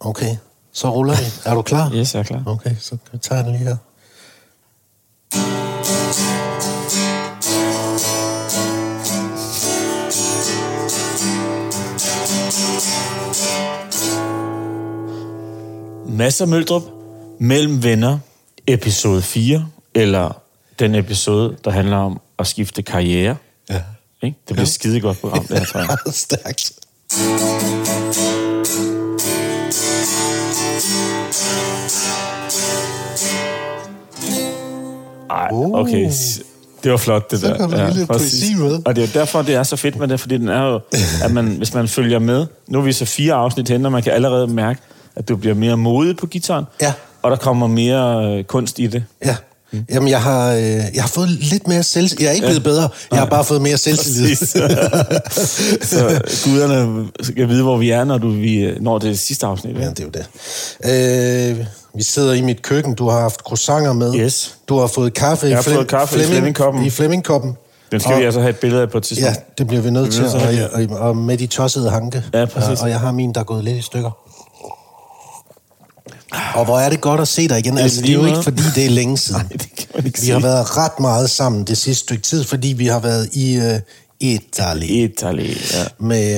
Okay, så ruller vi. Er du klar? Yes, jeg er klar. Okay, så tager jeg den lige her. Mads og Møldrup, Mellem Venner, episode 4, eller den episode, der handler om at skifte karriere. Ja. Ikke? Det bliver et skidegodt program, det her, tror jeg. Stærkt. Ej, okay. Det var flot, det så der. Så kan du lidt poesi med. Og det er jo derfor, det er så fedt med det, fordi den er jo, at man, hvis man følger med, nu er vi så 4 afsnit hen, og man kan allerede mærke, at du bliver mere modig på guitaren, Ja. og der kommer mere kunst i det. Ja. Jamen, jeg har fået lidt mere selvtillid. Jeg er ikke blevet bedre. Jeg har bare fået mere selvtillid. Så guderne skal vide, hvor vi er, når vi når det sidste afsnit. Ja, det er jo det. Vi sidder i mit køkken. Du har haft croissanter med. Yes. Du har fået kaffe, jeg har fået kaffe i Flemming-koppen. I Flemming-koppen. Den skal vi altså have et billede af på et tidspunkt. Ja, det bliver vi nødt til. Og med de tossede hanke. Ja, præcis. Og jeg har min, der er gået lidt i stykker. Og hvor er det godt at se dig igen. Altså, det er jo ikke, fordi det er længe siden. Nej, det kan man ikke vi har været ret meget sammen det sidste stykke tid, fordi vi har været i Italien. Ja. Med,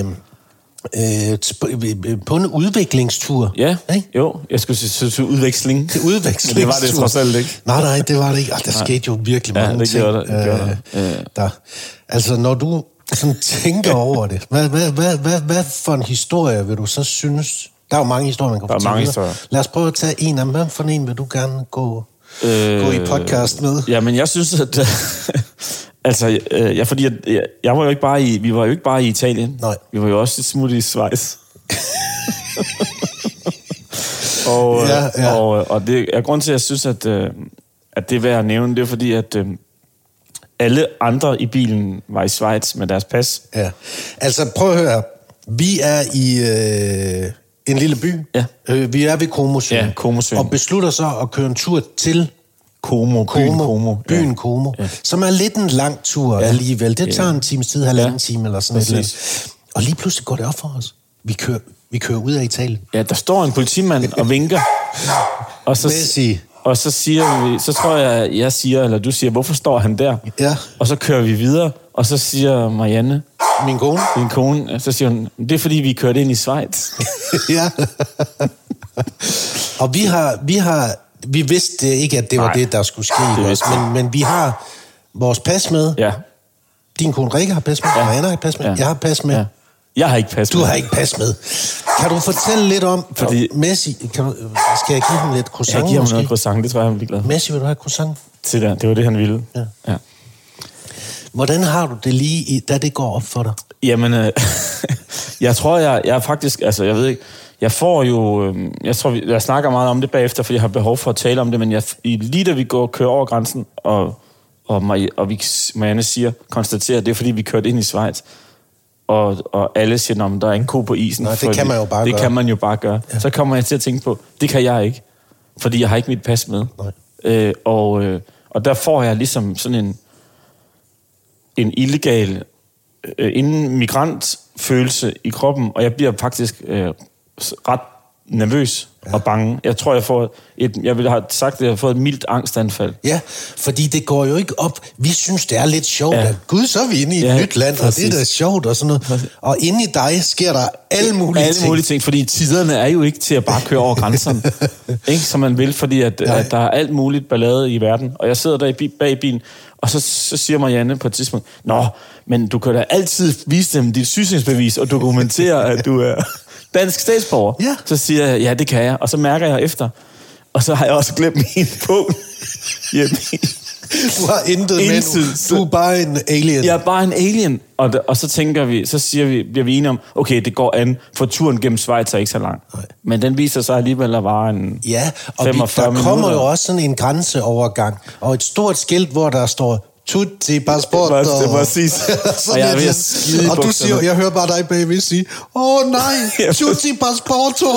på en udviklingstur. Ja, ikke? Jo. Jeg skulle sige udveksling. Udvekslingstur. Men det var det trods alt ikke. Nej, det var det ikke. Der skete jo virkelig mange ting. Ja, det gjorde det. Altså, når du sådan tænker over det, hvad for en historie vil du så synes... Der er jo mange historier, man kan fortælle. Der er mange historier. Lad os prøve at tage en af dem. Hvad for en vil du gerne gå i podcast med? Ja, men jeg synes, at... altså, fordi jeg var jo ikke bare i... Vi var jo ikke bare i Italien. Nej. Vi var jo også et smut i Schweiz. Og det er grund til, at jeg synes, at det er værd at nævne. Det er fordi, at alle andre i bilen var i Schweiz med deres pas. Ja. Altså, prøv at høre. Vi er i... en lille by. Ja. Vi er ved Comosøen. Ja, Comosøen. Og beslutter så at køre en tur til byen Como. Byen Como. Ja. Som er lidt en lang tur alligevel. Det tager en times tid, halvanden time eller sådan noget. Og lige pludselig går det op for os. Vi kører ud af Italien. Ja, der står en politimand og vinker. Og så, Messi. Og så siger vi, så tror jeg siger, eller du siger, hvorfor står han der? Ja. Og så kører vi videre, og så siger Marianne, din kone, så siger hun, det er fordi, vi kørte ind i Schweiz. Ja. Og vi vidste ikke, at det var det, der skulle ske. Men vi har vores pas med. Ja. Din kone Rikke har pas med. Ja. Marianne har pas med. Ja. Jeg har pas med. Ja. Jeg har ikke pas med. Du har ikke pas med. Kan du fortælle lidt om Messi? Skal jeg give ham lidt croissant? Jeg giver ham noget croissant, det tror jeg, han bliver glad. Messi, vil du have croissant? Til det, det var det, han ville. Ja. Hvordan har du det lige, da det går op for dig? Jamen, jeg tror, jeg er faktisk, altså jeg ved ikke, jeg får jo, jeg snakker meget om det bagefter, fordi jeg har behov for at tale om det, men lige da vi kører over grænsen, og Marianne konstaterer, det er fordi, vi kørte ind i Schweiz, og alle siger, at der er en ko på isen. Nej, det kan man jo bare gøre. Det kan man jo bare gøre. Ja. Så kommer jeg til at tænke på, det kan jeg ikke, fordi jeg har ikke mit pas med. Og der får jeg ligesom sådan en illegal migrantfølelse i kroppen, og jeg bliver faktisk ret nervøs og bange. Jeg tror, jeg ville have sagt, at jeg har fået et mildt angstanfald. Ja, fordi det går jo ikke op. Vi synes, det er lidt sjovt, at Gud, så er vi inde i et nyt land, og det er da sjovt og sådan noget. Og inde i dig sker der alle mulige ting. Fordi tiderne er jo ikke til at bare køre over grænserne, ikke, som man vil, fordi at der er alt muligt ballade i verden. Og jeg sidder der bag bilen, og så siger Marianne på et tidspunkt, men du kan da altid vise dem dit sygesikringsbevis og dokumentere, at du er dansk statsborger. Ja. Så siger jeg, ja, det kan jeg. Og så mærker jeg efter. Og så har jeg også glemt min bog hjemme. Du har intet med. Du er bare en alien. Jeg er bare en alien. Og så tænker vi, bliver vi enige om, okay, det går an, for turen gennem Schweiz er ikke så lang. Nej. Men den viser sig alligevel at vare en 45 der kommer jo også sådan en grænseovergang. Og et stort skilt, hvor der står Tutti passport. Det var præcis. Og jeg er ved at skide. Og du siger, jeg hører bare dig bagved sige, nej, Tutti passporto.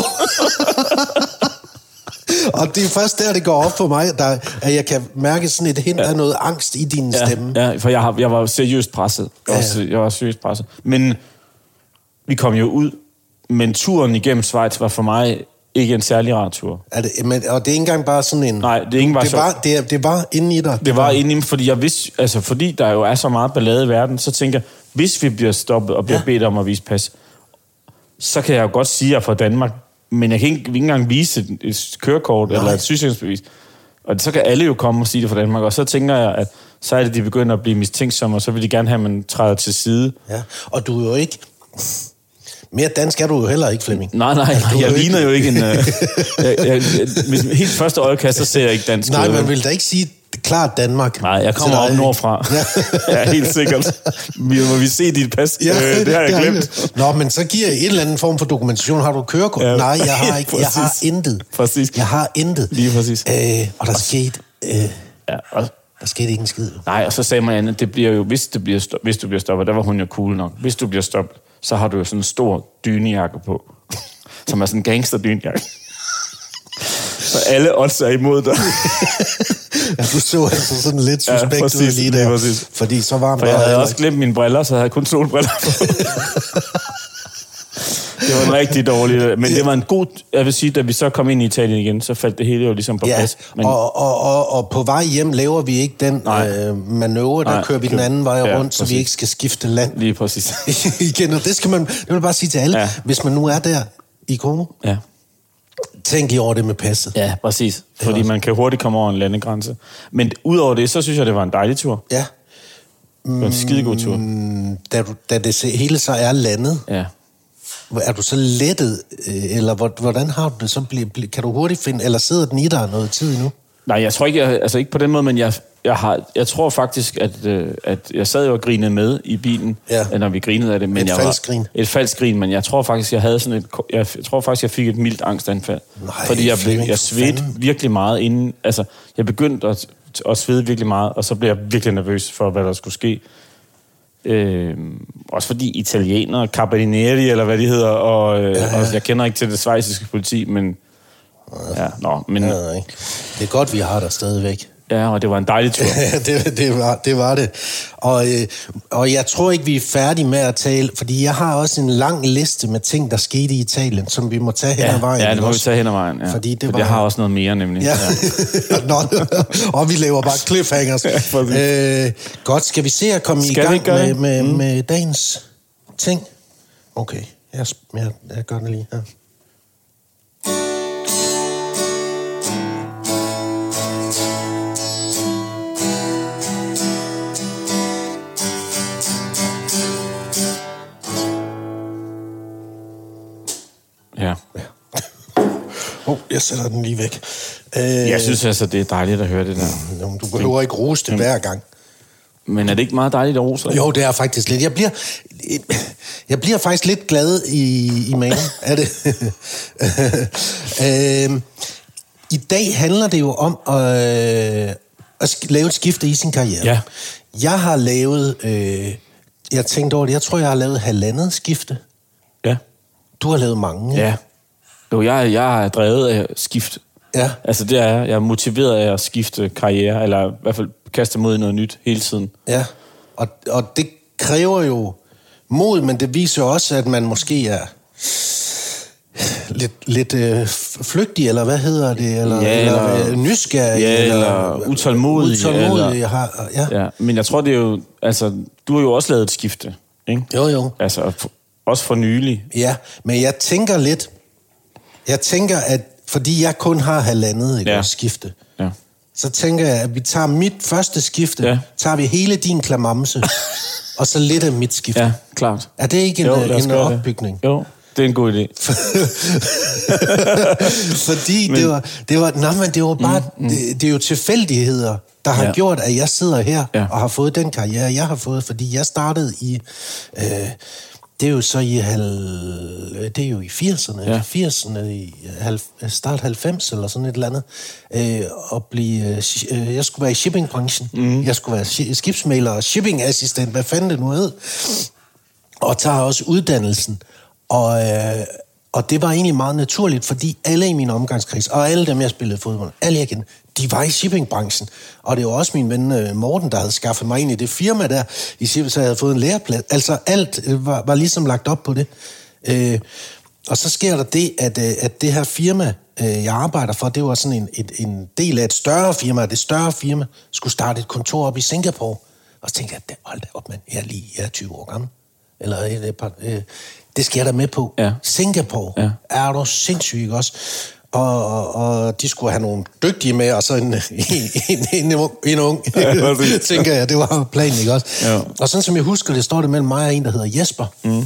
Og det er først der, det går op for mig, at jeg kan mærke sådan et hint af noget angst i din stemme. Ja, for jeg var seriøst presset. Jeg var seriøst presset. Men vi kom jo ud, men turen igennem Schweiz var for mig ikke en særlig rar tur. Og det er ikke engang bare sådan en... Nej, det er ikke bare det var inde i dig. Det var inde i mig, fordi jeg vidste, altså fordi der jo er så meget ballade i verden, så tænker jeg, hvis vi bliver stoppet og bliver bedt om at vise pas, så kan jeg jo godt sige, at jeg er fra Danmark, men jeg kan ikke engang vise et kørekort eller et sygesikringsbevis. Og så kan alle jo komme og sige det fra Danmark, og så tænker jeg, at så er det, de begynder at blive mistænksomme, og så vil de gerne have, at man træder til side. Ja, og du er jo ikke... Mere dansk er du jo heller ikke, Flemming. Nej, jeg ligner jo ikke en... helt første øjekast, så ser jeg ikke dansk. Nej, man vil da ikke sige klart Danmark. Nej, jeg kommer op nordfra. Ja, helt sikkert. Må vi se dit pas? Ja, det har jeg glemt. Nå, men så giver jeg en eller anden form for dokumentation. Har du kørekort? Ja, nej, jeg har ikke. Jeg har intet. Præcis. Jeg har intet. Lige præcis. Og der skete... Der skete ikke en skid. Nej, og så sagde Marianne, det bliver jo, hvis du bliver stoppet, der var hun jo cool nok. Hvis du bliver stoppet, så har du jo sådan en stor dynejakke på, som er sådan en gangster-dynejakke. Så alle odds er imod dig. Ja, du så altså sådan lidt suspekt ud lige der. Præcis. Fordi så varmt. For jeg havde også glemt mine briller, så havde jeg kun solbriller på. Det var en rigtig dårlig... Men det var en god... Jeg vil sige, da vi så kom ind i Italien igen, så faldt det hele jo ligesom på plads. Men... Og på vej hjem laver vi ikke den manøvre, der kører vi den anden vej rundt, præcis. så vi ikke skal skifte land. Lige præcis. Igen, og det vil jeg bare sige til alle. Ja. Hvis man nu er der i Como, tænk I over det med passet. Ja, præcis. Fordi man kan hurtigt komme over en landegrænse. Men udover det, så synes jeg, det var en dejlig tur. Ja. Det var en skidegod tur. Da det hele så er landet... Ja. Er du så lettet, eller hvordan har du det så? Kan du hurtigt finde, eller sidder den i dig noget tid nu? Nej, jeg tror ikke, altså ikke på den måde, men jeg tror faktisk, at jeg sad jo og grinede med i bilen, når vi grinede af det. Men et falsk grin, men jeg tror faktisk, jeg havde sådan jeg tror faktisk, jeg fik et mildt angstanfald. Nej, fordi jeg svedte virkelig meget inden, altså jeg begyndte at svede virkelig meget, og så blev jeg virkelig nervøs for, hvad der skulle ske. Også fordi italienere, carabinieri eller hvad de hedder, og jeg kender ikke til det schweiziske politi, men men det er godt, vi har der stadigvæk. Ja, og det var en dejlig tur. det var det. Og jeg tror ikke, vi er færdige med at tale, fordi jeg har også en lang liste med ting, der skete i Italien, som vi må tage hen ad vejen. Ja, det må vi tage hen ad vejen. Ja. Fordi jeg har også noget mere, nemlig. Ja. Og vi laver bare cliffhangers. Godt, skal vi se at komme i gang med dagens ting? Okay, jeg gør det lige her. Ja. Jeg sætter den lige væk. Jeg synes altså, det er dejligt at høre det der. Du behøver ikke rose det hver gang. Men er det ikke meget dejligt at rose? Jo, det er faktisk lidt. Jeg bliver faktisk lidt glad i maven af det. I dag handler det jo om at lave et skifte i sin karriere. Ja. Jeg har lavet... jeg tænkte over det. Jeg tror, jeg har lavet 1,5 skifte. Ja. Du har lavet mange. Ja. Jo, jeg er drevet af skift. Ja. Altså det er jeg er motiveret af at skifte karriere, eller i hvert fald kaste mod noget nyt hele tiden. Ja, og det kræver jo mod, men det viser også, at man måske er lidt flygtig, eller hvad hedder det? Eller nysgerrig. Ja, eller utålmodig. Ja. Men jeg tror, det er jo... Altså, du har jo også lavet et skifte, ikke? Jo. Altså, også for nylig. Ja, men jeg tænker, at fordi jeg kun har 1,5 skifte, så tænker jeg, at vi tager mit første skifte, tager vi hele din klamamse, og så lidt af mit skifte. Ja, klart. Er det ikke en opbygning? Det. Jo, det er en god idé. Fordi det var bare, det er jo tilfældigheder, der har gjort, at jeg sidder her og har fået den karriere, jeg har fået, fordi jeg startede i... Det er jo så i 80'erne, ja. 80'erne, start 90 eller sådan et eller andet, jeg skulle være i shippingbranchen, jeg skulle være skibsmægler og shippingassistent, hvad fanden det nu hed, og tager også uddannelsen, og det var egentlig meget naturligt, fordi alle i min omgangskreds, og alle dem, jeg spillede fodbold, alle jeg kendte, de var i shippingbranchen. Og det var også min ven Morten, der havde skaffet mig ind i det firma der, i shipping, så jeg havde fået en læreplads. Altså alt var ligesom lagt op på det. Og så sker der det, at det her firma, jeg arbejder for, det var sådan en del af et større firma, og det større firma skulle starte et kontor op i Singapore. Og så tænkte jeg, hold da op, mand, jeg er 20 år gammel. Eller det skal jeg da med på. Ja. Singapore, er du sindssyg, ikke også? Og de skulle have nogle dygtige med, og så en ung, tænker jeg, det var planen, ikke også? Ja. Og sådan som jeg husker det, står det mellem mig og en, der hedder Jesper.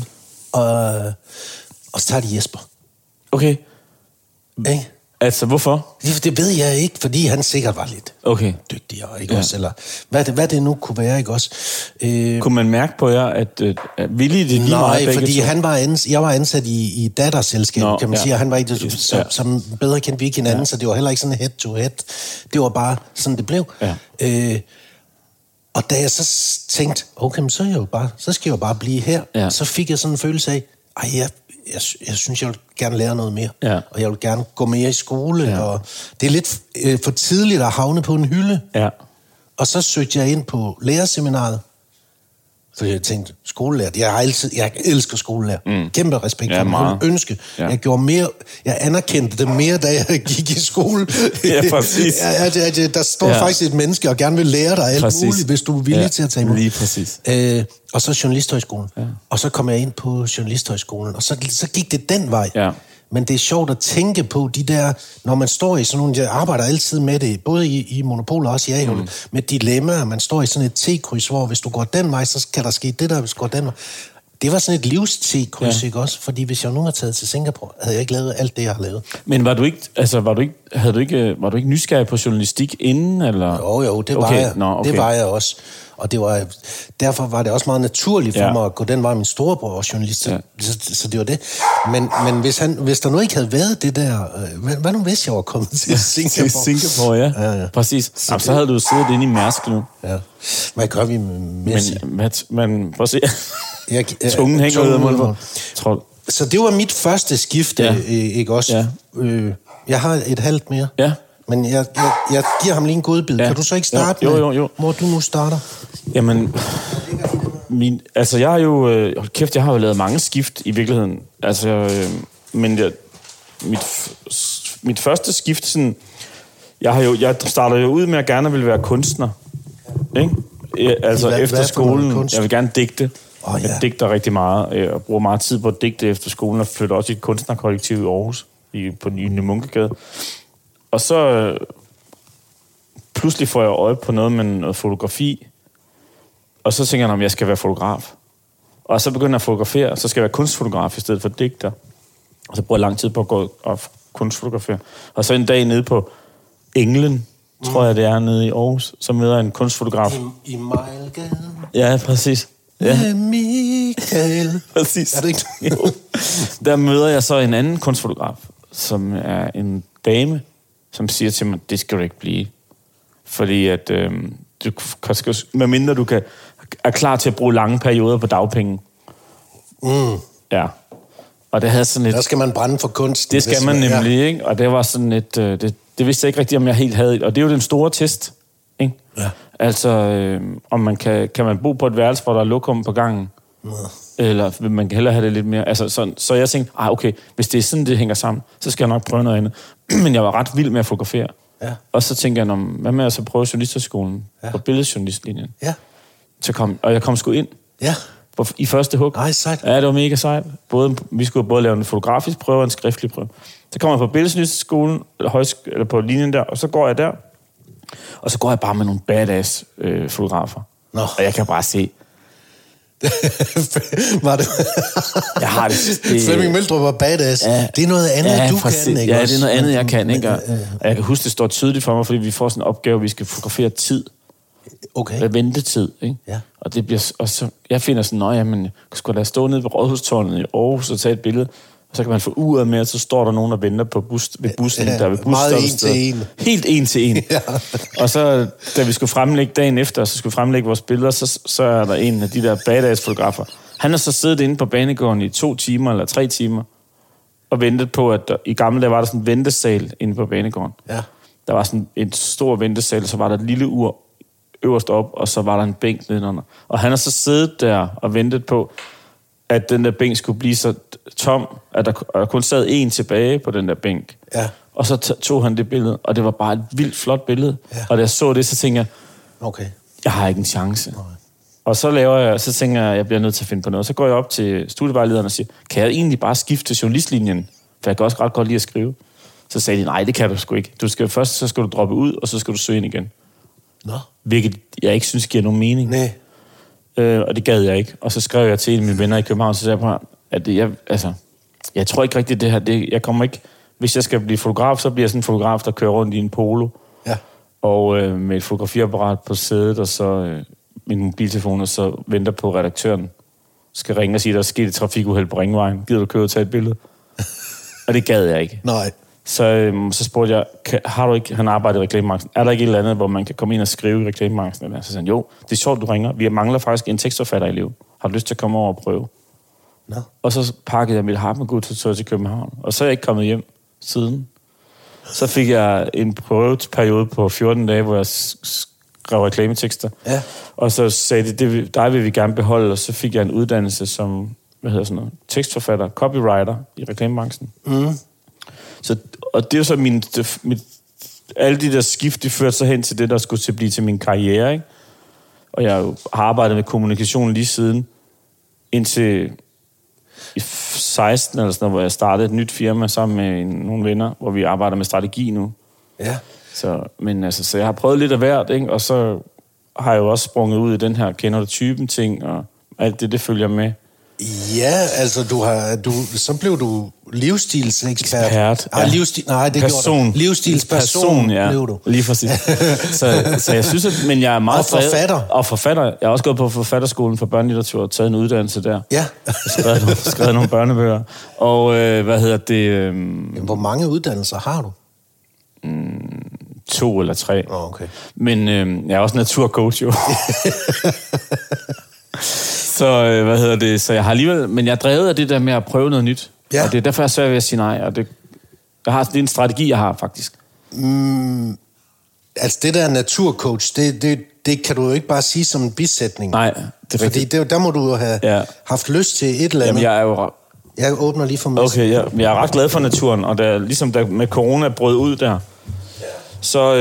Og så tager de Jesper. Okay. Ikke? Altså, hvorfor? Det ved jeg ikke, fordi han sikkert var lidt dygtigere, ikke også? Eller hvad det nu kunne være, ikke også? Kunne man mærke på jer, at ville det lige meget begge fordi to? jeg var ansat i datterselskabet, kan man sige, og han var ikke som bedre kendte vi ikke hinanden, så det var heller ikke sådan head-to-head. Det var bare sådan, det blev. Ja. Og da jeg så tænkte, okay, men så skal jeg jo bare blive her, så fik jeg sådan en følelse af, jeg synes, jeg vil gerne lære noget mere. Ja. Og jeg vil gerne gå mere i skole. Og det er lidt for tidligt at havne på en hylde. Ja. Og så søgte jeg ind på lærerseminaret. For jeg tænkte, skolelærer, jeg elsker skolelærer. Kæmpe respekt for det ønske. Ja. Jeg anerkendte det mere, da jeg gik i skole. Ja, præcis. Der står faktisk et menneske, og gerne vil lære dig alt muligt, hvis du er villig til at tage imod. Lige præcis. Og så Journalisthøjskolen. Ja. Og så kom jeg ind på Journalisthøjskolen, og så gik det den vej. Ja. Men det er sjovt at tænke på de der, når man står i sådan nogle, jeg arbejder altid med det, både i Monopol og også i A-hullet, med dilemmaer, man står i sådan et T-kryds, hvor hvis du går den vej, så kan der ske det der, hvis du går den vej. Det var sådan et livs-T-kryds, ikke også? Fordi hvis jeg nu var taget til Singapore, havde jeg ikke lavet alt det, jeg har lavet. Men var du ikke nysgerrig på journalistik inden, eller? Jo, det var jeg. Det var jeg også. Og derfor var det også meget naturligt for mig at gå den vej. Min storebror var journalist, så det var det. Men hvis der nu ikke havde været det der... Hvad nu hvis jeg var kommet til Singapore? Til Singapore, ja. Præcis. Så havde du siddet inde i Mærsk nu. Ja. Hvad gør vi med Messi? Men prøv at se. Tungen hænger ud af munden. Så det var mit første skifte, ikke også? Ja. Jeg har et halvt mere. Ja. Men jeg giver ham lige en godbid. Ja. Kan du så ikke starte med, hvor du nu starter? Jamen, jeg har jo... jeg har jo lavet mange skift i virkeligheden. Men mit første skift, sådan... Jeg startede jo ud med, at jeg gerne ville være kunstner. Ikke? Efter skolen. Jeg vil gerne digte. Jeg digter rigtig meget. Jeg bruger meget tid på at digte efter skolen, og flytter også i et kunstnerkollektiv i Aarhus, på Nye Munkegade. Og så pludselig får jeg øje på noget med noget fotografi, og så tænker jeg, om jeg skal være fotograf. Og så begynder jeg at fotografere, og så skal jeg være kunstfotograf i stedet for digter. Og så bruger jeg lang tid på at gå og kunstfotografere. Og så en dag nede på Englen, tror jeg det er, nede i Aarhus, så møder jeg en kunstfotograf. I Mejlgade. Ja, præcis. Ja. Michael. Præcis. Er det ikke? Jo. Der møder jeg så en anden kunstfotograf, som er en dame, som siger til mig, det skal du ikke blive. Fordi at medmindre du er klar til at bruge lange perioder på dagpenge. Ja. Og det havde sådan et... Der skal man brænde for kunst. Det skal man nemlig, ikke? Og det var sådan et... Det vidste jeg ikke rigtigt, om jeg helt havde... Og det er jo den store test, ikke? Ja. Altså, om man kan man bo på et værelse, hvor der er lokum på gangen? Ja. Eller vil man hellere have det lidt mere... Altså, så jeg tænkte, okay, hvis det er sådan, det hænger sammen, så skal jeg nok prøve noget andet. Men jeg var ret vild med at fotografere. Ja. Og så tænkte jeg, hvad med at så prøve journalisterskolen på billedjournalistlinjen? Ja. Og jeg kom sgu ind. Ja. I første hug. Ej, sejt. Ja, det var mega sejt. Vi skulle både lave en fotografisk prøve og en skriftlig prøve. Så kommer jeg på billedjournalistskolen, eller på linjen der, og så går jeg der. Og så går jeg bare med nogle badass fotografer. Nå. Og jeg kan bare se... Var det? Jeg har det. Flemming Møldrup var badass. Ja, det er noget andet, du kan, ikke? Ja, det er noget andet, jeg kan, ikke? Og jeg kan huske, det står tydeligt for mig, fordi vi får sådan en opgave, vi skal fotografere tid. Okay. Ventetid, ikke? Ja. Og det bliver... Og så, jeg finder sådan, jeg skulle da stå nede ved Rådhustårnet i Aarhus og tage et billede, og så kan man få uret med, og så står der nogen, der venter på ved bussen, der ved busstoppestedet. Helt en til en. Ja. Og så, da vi skulle fremlægge dagen efter, så skulle vi fremlægge vores billeder, så er der en af de der badass-fotografer. Han har så siddet inde på banegården i 2 timer eller 3 timer, og ventet på, at i gamle dage var der sådan en ventesal inde på banegården. Ja. Der var sådan en stor ventesal, så var der et lille ur øverst op, og så var der en bænk nedenunder. Og han har så siddet der og ventet på, at den der bænk skulle blive så tom, at der kun sad en tilbage på den der bænk. Ja. Og så tog han det billede, og det var bare et vildt flot billede. Ja. Og da jeg så det, så tænkte jeg, okay, jeg har ikke en chance. Nej. Og så tænker jeg bliver nødt til at finde på noget. Så går jeg op til studievejlederen og siger, kan jeg egentlig bare skifte til journalistlinjen? For jeg kan også ret godt lide at skrive. Så sagde de, nej, det kan du sgu ikke. Så skal du droppe ud, og så skal du søge ind igen. Nå. Hvilket jeg ikke synes giver nogen mening. Nej. Og det gad jeg ikke. Og så skrev jeg til en af mine venner i København, så sagde jeg på, at jeg tror ikke rigtigt det her. Jeg kommer ikke, hvis jeg skal blive fotograf, så bliver jeg sådan en fotograf, der kører rundt i en polo. Ja. Og med et fotografiapparat på sædet, og så min mobiltelefon, og så venter på redaktøren. Skal ringe og sige, at der er sket et trafikuheld på Ringvejen. Gider du køre og tage et billede? Og det gad jeg ikke. Nej. Så spurgte jeg, har du ikke, han arbejder i reklamebranchen, er der ikke et eller andet, hvor man kan komme ind og skrive i reklamebranchen? Så sagde han, jo, det er sjovt, du ringer. Vi mangler faktisk en tekstforfatter i liv. Har du lyst til at komme over og prøve? No. Og så pakkede jeg mit harpegud til København. Og så er jeg ikke kommet hjem siden. Så fik jeg en prøveperiode på 14 dage, hvor jeg skrev reklametekster. Ja. Og så sagde de, dig vil vi gerne beholde, og så fik jeg en uddannelse som, tekstforfatter, copywriter i reklamebranchen. Mm. Og det er jo så alle de der skift, de førte sig hen til det, der skulle til blive til min karriere, ikke? Og jeg har arbejdet med kommunikation lige siden, indtil i 16 eller sådan noget, hvor jeg startede et nyt firma sammen med nogle venner, hvor vi arbejder med strategi nu. Ja. Så jeg har prøvet lidt af hvert, ikke? Og så har jeg jo også sprunget ud i den her kender du typen ting, og alt det følger med. Ja, altså så blev du livsstilsekspert. Ja. Livsstilsperson ja. Blev du. Lige præcis. så jeg synes, men jeg er meget og forfatter. Og forfatter. Jeg har også gået på forfatterskolen for børnelitteratur og taget en uddannelse der. Ja. skrevet nogle børnebøger. Og Hvor mange uddannelser har du? 2 eller 3. Okay. Men jeg er også naturcoach jo. Så jeg har alligevel, men jeg er drevet af det der med at prøve noget nyt. Ja. Og det er derfor, jeg er svært ved at sige nej. Og det er en strategi, jeg har faktisk. Altså det der naturcoach, det kan du jo ikke bare sige som en bisætning. Nej, det er fordi der må du jo have haft lyst til et eller andet. Jamen, jeg er jo... Jeg åbner lige for mig. Okay, jeg er ret glad for naturen, og ligesom da med corona brød ud der, så,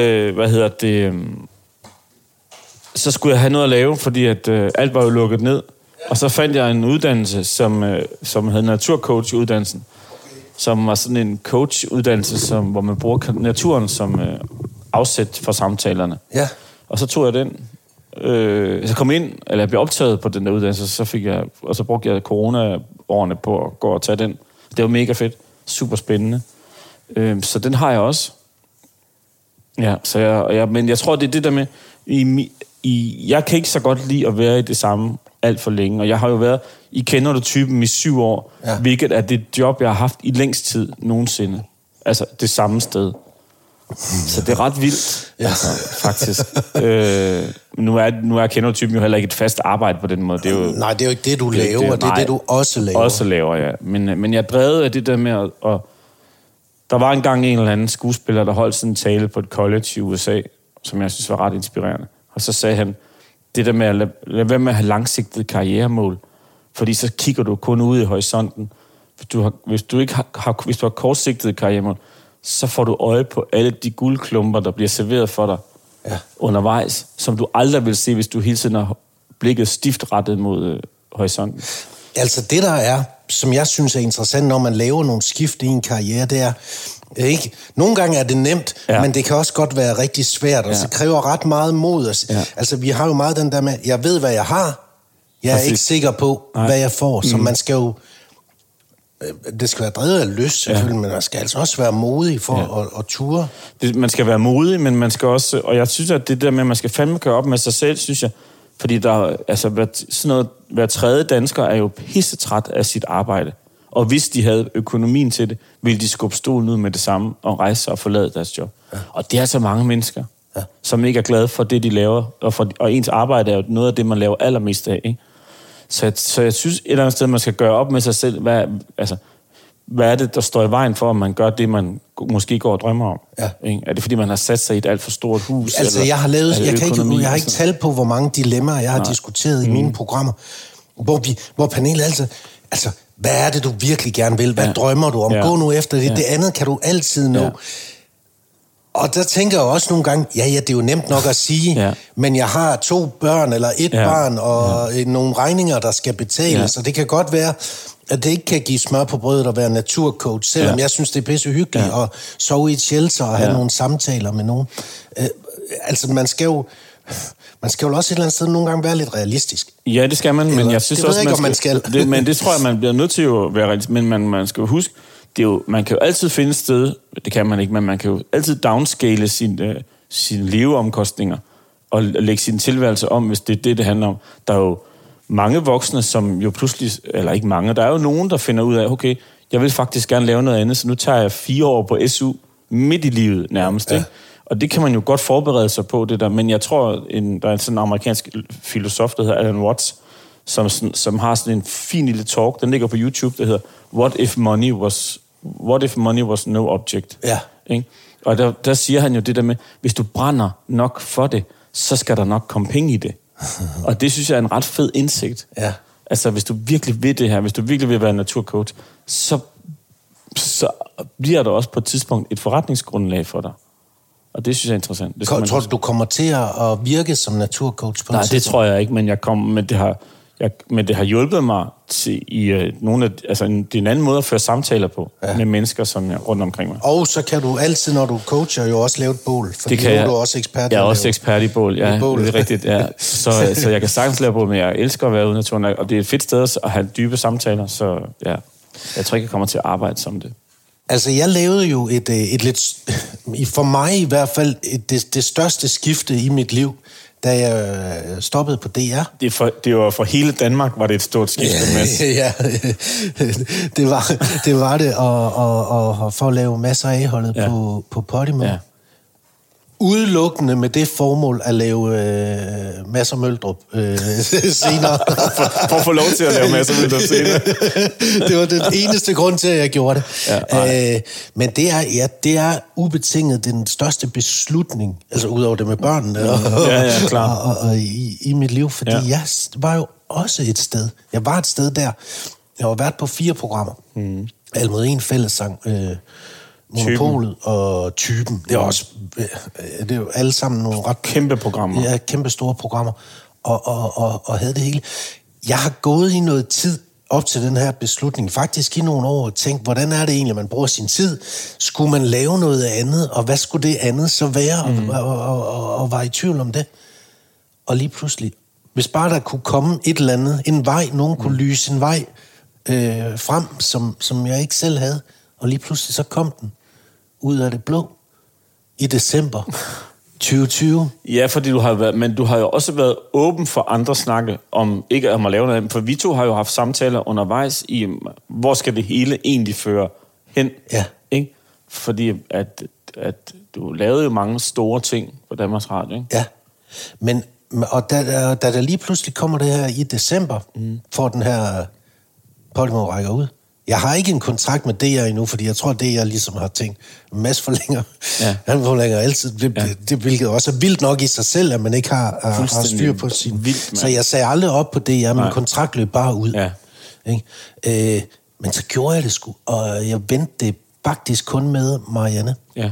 så skulle jeg have noget at lave, fordi at alt var jo lukket ned. Og så fandt jeg en uddannelse, som hed naturcoach-uddannelsen, som var sådan en coach-uddannelse, hvor man bruger naturen som afsæt for samtalerne. Ja. Og så tog jeg den. Så kom ind, eller jeg blev optaget på den der uddannelse, så brugte jeg corona-årene på at gå og tage den. Det var mega fedt. Super spændende. Så den har jeg også. Ja, men jeg tror, det er det der med... Jeg kan ikke så godt lide at være i det samme alt for længe, og jeg har jo været i kender du typen i 7 år, hvilket er det job, jeg har haft i længst tid nogensinde. Altså det samme sted. Så det er ret vildt, faktisk. Nu er kender du typen jo heller ikke et fast arbejde på den måde. Det er jo, nej, det er jo ikke det, du laver, det er det, du også laver. Også laver, ja. Men jeg er drevet af det der med at der var engang en eller anden skuespiller, der holdt sådan en tale på et college i USA, som jeg synes var ret inspirerende. Og så sagde han, det der med at lade være med at have langsigtede karrieremål, fordi så kigger du kun ud i horisonten. Hvis du har kortsigtede karrieremål, så får du øje på alle de guldklumper, der bliver serveret for dig undervejs, som du aldrig vil se, hvis du hele tiden har blikket stift rettet mod horisonten. Altså det der er, som jeg synes er interessant, når man laver nogle skift i en karriere, det er, ikke? Nogle gange er det nemt, men det kan også godt være rigtig svært, og så kræver ret meget mod. Altså vi har jo meget den der med, jeg ved, hvad jeg har, jeg er ikke sikker på, hvad jeg får, så man skal jo, det skal være drevet af lyst selvfølgelig, men man skal altså også være modig for at ture. Man skal være modig, men man skal også, og jeg synes, at det der med, at man skal fandme køre op med sig selv, synes jeg, fordi der, altså sådan noget, hver tredje dansker er jo pissetræt af sit arbejde. Og hvis de havde økonomien til det, ville de skubbe stolen ud med det samme og rejse sig og forlade deres job. Ja. Og det er så mange mennesker, som ikke er glade for det, de laver. Og ens arbejde er jo noget af det, man laver allermest af. Ikke? Så jeg synes et eller andet sted, man skal gøre op med sig selv. Hvad er det, der står i vejen for, at man gør det, man måske går og drømmer om? Ja. Ikke? Er det, fordi man har sat sig i et alt for stort hus? Altså, jeg har ikke tal på, hvor mange dilemmaer jeg har diskuteret i mine programmer. Hvor Pernille altid... Altså, hvad er det, du virkelig gerne vil? Hvad drømmer du om? Gå nu efter det. Det andet kan du altid nå. Og der tænker jeg også nogle gange, det er jo nemt nok at sige, men jeg har 2 børn eller 1 barn, og nogle regninger, der skal betales, og det kan godt være, at det ikke kan give smør på brødet at være naturcoach, selvom jeg synes, det er pisse hyggeligt at sove i et shelter og have nogle samtaler med nogen. Altså, man skal jo også et eller andet sted nogle gange være lidt realistisk. Ja, det skal man, men jeg synes det også, ikke, man skal. Men det tror jeg, man bliver nødt til at være realistisk, men man skal jo huske, man kan jo altid finde et sted, det kan man ikke, men man kan jo altid downscale sine leveomkostninger og lægge sin tilværelse om, hvis det er det handler om. Der er jo mange voksne, som jo pludselig, eller ikke mange, der er jo nogen, der finder ud af, okay, jeg vil faktisk gerne lave noget andet, så nu tager jeg 4 år på SU midt i livet nærmest, ikke? Og det kan man jo godt forberede sig på, det der, men jeg tror, der er sådan en amerikansk filosof, der hedder Alan Watts, som har sådan en fin lille talk, den ligger på YouTube, der hedder What if money was no object? Ja. Ikke? Og der siger han jo det der med, hvis du brænder nok for det, så skal der nok komme penge i det. Og det synes jeg er en ret fed indsigt. Ja. Altså, hvis du virkelig vil det her, hvis du virkelig vil være naturcoach, så bliver der også på et tidspunkt et forretningsgrundlag for dig. Og det synes jeg er interessant. Tror du kommer til at virke som naturcoach på Nej, det tror jeg ikke, men det har hjulpet mig til i nogle af, altså det er en anden måde at føre samtaler på med mennesker, som er rundt omkring mig. Og så kan du altid, når du coacher, jo også lave et bål, for det er du også ekspert i. Jeg er også ekspert i bål, ja, det er rigtigt, ja. Så jeg kan sagtens lave bål, men jeg elsker at være ude i naturen, og det er et fedt sted at have dybe samtaler, så ja, jeg tror ikke, jeg kommer til at arbejde som det. Altså, jeg lavede jo et lidt, for mig i hvert fald, det største skifte i mit liv, da jeg stoppede på DR. Det var for hele Danmark, var det et stort skifte, Mads. Ja, det var det, og for at lave masser af A-holdet på Podimo. Ja. Udelukkende med det formål at lave Mads og Møldrup senere. For at få lov til at lave Mads og Møldrup senere. Det var den eneste grund til, at jeg gjorde det. Ja, men det er ubetinget den største beslutning, altså udover det med børnene og i mit liv, fordi jeg var jo også et sted. Jeg var et sted der. Jeg har været på 4 programmer. Alt mod en fællessang. Monopolet og Typen. Det er også, det er jo alle sammen nogle ret kæmpe programmer. Ja, kæmpe store programmer. Og havde det hele. Jeg har gået i noget tid op til den her beslutning, faktisk i nogle år, og tænkt, hvordan er det egentlig, man bruger sin tid? Skulle man lave noget andet, og hvad skulle det andet så være? Og var i tvivl om det. Og lige pludselig, hvis bare der kunne komme et eller andet, en vej, nogen kunne lyse en vej frem, som jeg ikke selv havde, og lige pludselig så kom den ud af det blå i december 2020. Ja, fordi du har jo også været åben for andre snakke om ikke om at lave noget, for vi to har jo haft samtaler undervejs i, hvor skal det hele egentlig føre hen? Ja. Ikke? Fordi at du lavede jo mange store ting på Danmarks Radio, ikke? Ja, men og da der lige pludselig kommer det her i december, for den her Podimo rækker ud. Jeg har ikke en kontrakt med DR endnu, fordi jeg tror, det jeg ligesom har tænkt, Mads forlænger. Ja. Han forlænger altid. Det hvilket også er vildt nok i sig selv, at man ikke har styr på sin... Vildt, så jeg sagde aldrig op på DR, men kontrakt løb bare ud. Ja. Ikke? Men så gjorde jeg det sgu, og jeg vendte det faktisk kun med Marianne. Ja.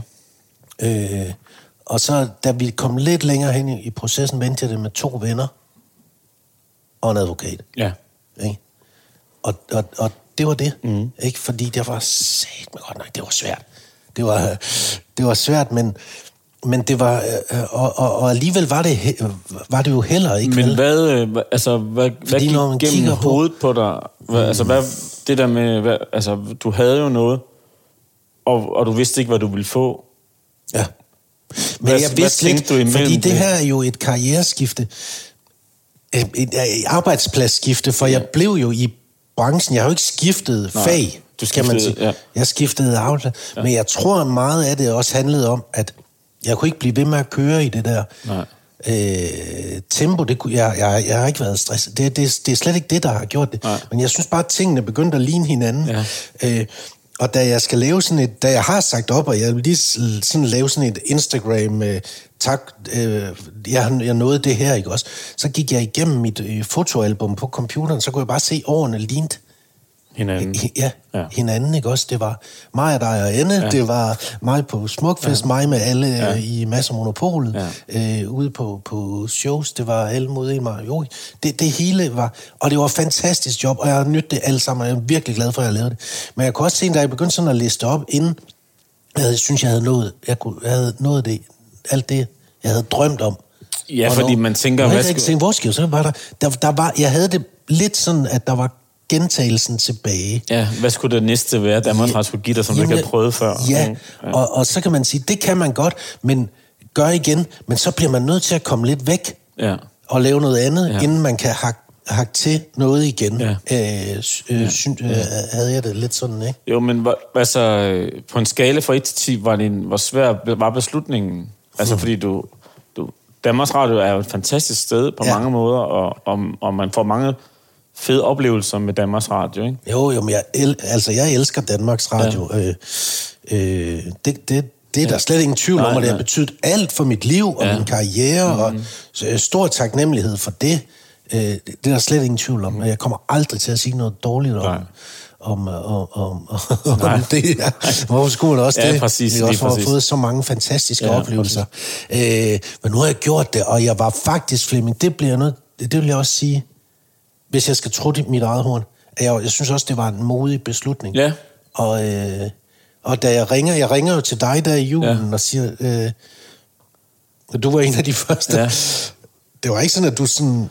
Og så, da vi kom lidt længere hen i processen, vendte jeg det med 2 venner og en advokat. Ja. Ikke? Og det var det, ikke? Fordi det var satme godt nok, det var svært. Det var svært, men det var, og alligevel var det jo heller ikke. Men hvad gik gennem hovedet på dig? Hvad det der med, du havde jo noget, og du vidste ikke, hvad du ville få. Ja. Men jeg vidste lidt, fordi det her er jo et karriereskifte, et arbejdspladsskifte, for jeg blev jo i branchen. Jeg har jo ikke skiftet fag, kan man sige. Ja. Jeg skiftede arbejdsplads. Ja. Men jeg tror meget af det også handlede om, at jeg kunne ikke blive ved med at køre i det der tempo. Jeg har ikke været stresset. Det er slet ikke det, der har gjort det. Nej. Men jeg synes bare, at tingene begyndte at ligne hinanden. Ja. Og da jeg skal lave sådan et, da jeg har sagt op, og jeg vil lige sådan lave sådan et Instagram, tak, jeg nåede det her, ikke også? Så gik jeg igennem mit fotoalbum på computeren, så kunne jeg bare se årene lignede hinanden. Hinanden, ikke også? Det var mig og dig og Anne, det var mig på Smukfest, mig med alle i Masser Monopolet, ude på shows, det var alle mod en mig. Jo, det hele var, og det var et fantastisk job, og jeg har nydt det alle sammen, og jeg er virkelig glad for, at jeg lavede det. Men jeg kunne også se, da jeg begyndte sådan at liste op, inden jeg synes, jeg havde nået det, alt det, jeg havde drømt om. Ja, fordi man tænker... Så var der var, jeg havde det lidt sådan, at der var gentagelsen tilbage. Ja, hvad skulle det næste være, Danmarks Radio skulle give dig, som du ikke havde prøvet før? Ja, og så kan man sige, det kan man godt, men gør igen, men så bliver man nødt til at komme lidt væk og lave noget andet, inden man kan hakke til noget igen. Havde jeg det lidt sådan, ikke? Jo, men altså, på en skala fra 1 til 10, hvor svær var beslutningen? Altså, fordi Danmarks Radio er jo et fantastisk sted på mange måder, og man får mange fede oplevelser med Danmarks Radio, ikke? Jo, men jeg elsker Danmarks Radio. Det er der slet ingen tvivl om, og det har betydet alt for mit liv og min karriere, og stor taknemmelighed for det. Det er der slet ingen tvivl om, og jeg kommer aldrig til at sige noget dårligt om det her. Hvorfor skulle man også det? Præcis, jeg også har fået så mange fantastiske oplevelser. Men nu har jeg gjort det, og jeg var faktisk, Flemming, det vil jeg også sige, hvis jeg skal tro mit eget horn, jeg synes også, det var en modig beslutning. Ja. Og da jeg ringer jo til dig der i julen og siger, du var en af de første. Ja. Det var ikke sådan, at du sådan...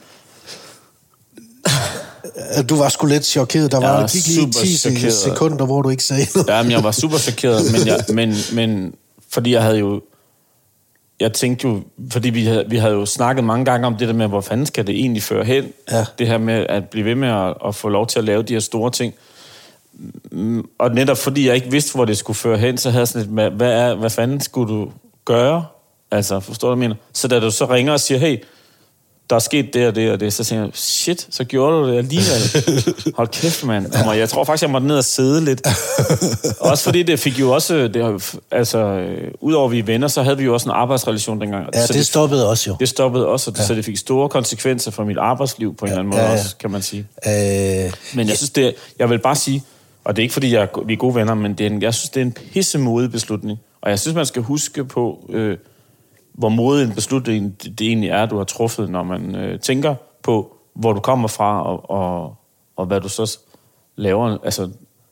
at du var sgu lidt chokeret. Der var gik lige 10 sekunder, hvor du ikke sagde noget. Ja, men jeg var super chokeret, men fordi jeg tænkte jo, fordi vi havde jo snakket mange gange om det der med, hvor fanden skal det egentlig føre hen? Ja. Det her med at blive ved med at få lov til at lave de her store ting. Og netop fordi jeg ikke vidste, hvor det skulle føre hen, så havde jeg sådan lidt, hvad fanden skulle du gøre? Altså, forstår du, hvad jeg mener? Så da du så ringer og siger, hey, der er sket det og det og det, så tænker jeg, shit, så gjorde du det alligevel. Hold kæft, mand. Og jeg tror faktisk, jeg måtte ned og sidde lidt. Også fordi det fik jo også, udover vi er venner, så havde vi jo også en arbejdsrelation dengang. Ja, så det stoppede også jo. Det stoppede også, så det fik store konsekvenser for mit arbejdsliv på en eller anden måde også, kan man sige. Men jeg synes, jeg vil bare sige, og det er ikke fordi, vi er gode venner, men jeg synes, det er en pissemodig beslutning. Og jeg synes, man skal huske på... hvor modig en beslutning det egentlig er, du har truffet, når man tænker på, hvor du kommer fra, og hvad du så laver. Altså,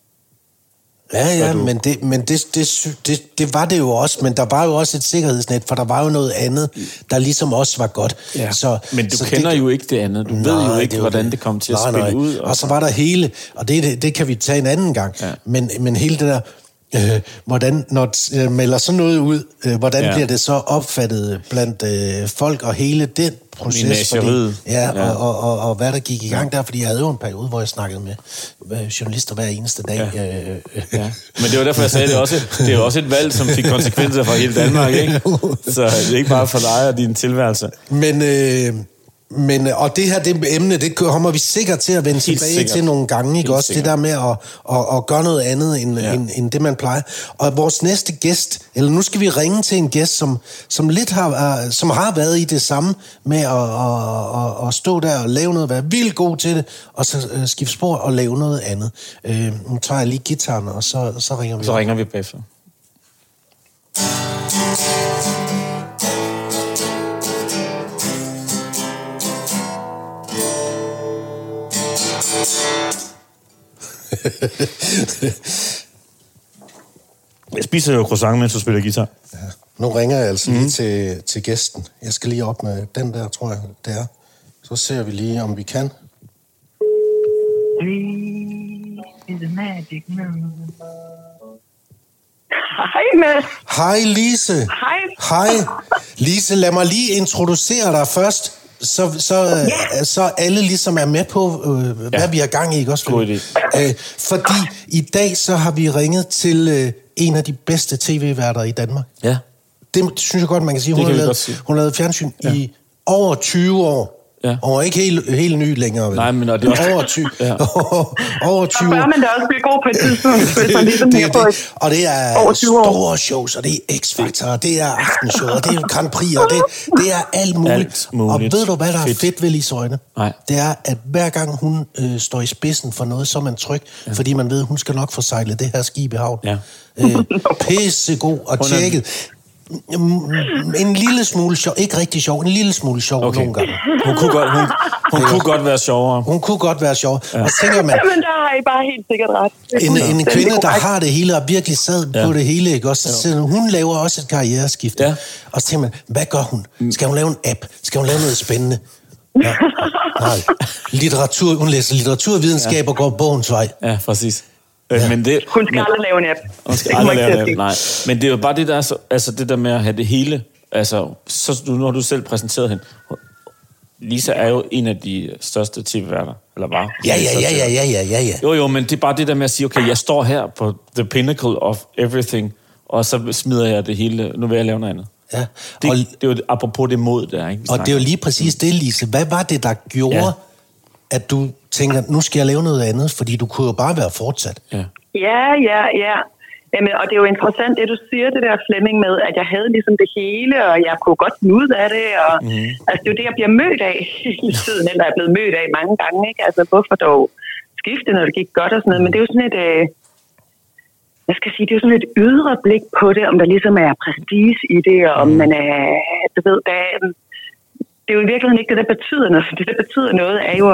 men det var det jo også, men der var jo også et sikkerhedsnet, for der var jo noget andet, der ligesom også var godt. Ja. Men du kender jo ikke det andet. Du ved jo ikke, hvordan det kom til at spille ud. Og så var der hele, og det kan vi tage en anden gang, men hele det der, hvordan, når melder sådan noget ud, hvordan bliver det så opfattet blandt folk og hele den proces, og hvad der gik i gang der, fordi jeg havde jo en periode, hvor jeg snakkede med journalister hver eneste dag. Men det var derfor, jeg sagde det også. Det er jo også et valg, som fik konsekvenser for hele Danmark, ikke? Så det er ikke bare for dig og din tilværelse. Men og det her det emne, det kommer vi sikkert til at vende tilbage til nogle gange, ikke også? Det der med at gøre noget andet end det man plejer. Og vores næste gæst, eller nu skal vi ringe til en gæst, som lidt har været i det samme med at stå der og lave noget, være vildt god til det, og så skifte spor og lave noget andet. Nu tager jeg lige gitaren, og så ringer vi. Så ringer vi bagefter. Jeg spiser jo croissant, mens du spiller guitar. Ja. Nu ringer jeg altså lige til gæsten. Jeg skal lige op med den der, tror jeg, det er. Så ser vi lige, om vi kan. Hej, Mads. Hej, Lise. Hej. Lise, lad mig lige introducere dig først. Så alle ligesom er med på, hvad vi har gang i, ikke også? Fordi i dag så har vi ringet til en af de bedste tv-værter i Danmark. Ja. Det synes jeg godt, man kan sige. Hun har lavet fjernsyn i over 20 år. Ja. Og hun er ikke helt ny længere, vel? Nej, men det er også... Over 20 over 20 Så bør man da også blive god på et tidspunkt, hvis man ligesom hænger på et og det er over 20 år. store shows, og det er X-Factor, og det er aftenshow, og det er Grand Prix, og det er alt muligt. Alt muligt. Og ved du, hvad der er fedt ved Lise Øjne? Nej. Det er, at hver gang hun står i spidsen for noget, så er man tryg, fordi man ved, hun skal nok få sejlet det her skib i havn. Ja. Pissegod og tjekket. En lille smule sjov, ikke rigtig sjov, en lille smule sjov nogle gange. Hun kunne godt være sjovere. Hun kunne godt være sjov. Ja. Og så tænker man, Jamen, der har I bare helt sikkert ret. en kvinde, der har det hele, og virkelig sad på det hele, ikke? Og så hun laver også et karriereskift. Ja. Og så tænker man, hvad gør hun? Skal hun lave en app? Skal hun lave noget spændende? Ja. Nej. Hun læser litteraturvidenskab og går bogens vej. Ja, præcis. Men det, Hun skal aldrig lave en app. Hun skal aldrig lave en app, nej. Men det er jo bare det der, altså det der med at have det hele, altså, så når du selv præsenterede hende, Lisa er jo en af de største tv-værter, eller var. Ja. Jo, men det er bare det der med at sige, okay, jeg står her på the pinnacle of everything, og så smider jeg det hele, nu vil jeg lave noget andet. Ja. Det er jo apropos det mod der, ikke? Og det er jo lige præcis det, Lise. Hvad var det, der gjorde, at du tænker, nu skal jeg lave noget andet, fordi du kunne jo bare være fortsat. Ja. Jamen, og det er jo interessant, det du siger, det der Flemming med, at jeg havde ligesom det hele, og jeg kunne godt finde ud af det, og altså, det er jo det, jeg bliver mødt af hele tiden, eller er blevet mødt af mange gange, ikke? Altså, hvorfor dog skifte, når det gik godt og sådan noget, men det er jo sådan et, jeg skal sige, det er jo sådan et ydre blik på det, om der ligesom er prestige i det, og om man er, du ved, det er jo i virkeligheden ikke det, der betyder noget. Det, der betyder noget, er jo,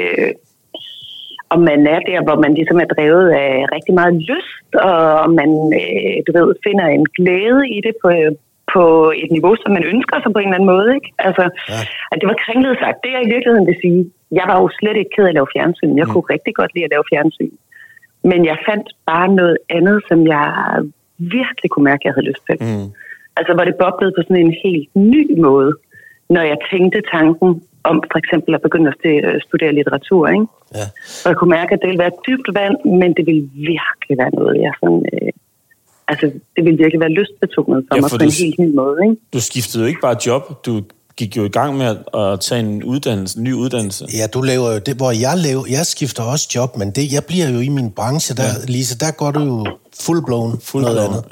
om man er der, hvor man ligesom er drevet af rigtig meget lyst, og om man, du ved, finder en glæde i det på et niveau, som man ønsker sig på en eller anden måde, ikke? Altså, at det var kringlet sagt. Det er i virkeligheden vil sige, jeg var jo slet ikke ked af at lave fjernsyn. Jeg kunne rigtig godt lide at lave fjernsyn. Men jeg fandt bare noget andet, som jeg virkelig kunne mærke, jeg havde lyst til. Altså, hvor det boblede på sådan en helt ny måde, når jeg tænkte tanken om for eksempel at begynde at studere litteratur, ikke? Ja. Og jeg kunne mærke, at det ville være dybt vand, men det ville virkelig være noget, jeg sådan... altså, det ville virkelig være lystbetonet for mig på en helt ny måde, ikke? Du skiftede jo ikke bare job, du gik jo i gang med at tage en ny uddannelse. Ja, du laver jo det, hvor jeg skifter også job, men jeg bliver jo i min branche, der, Lise, der går du jo full-blown noget andet.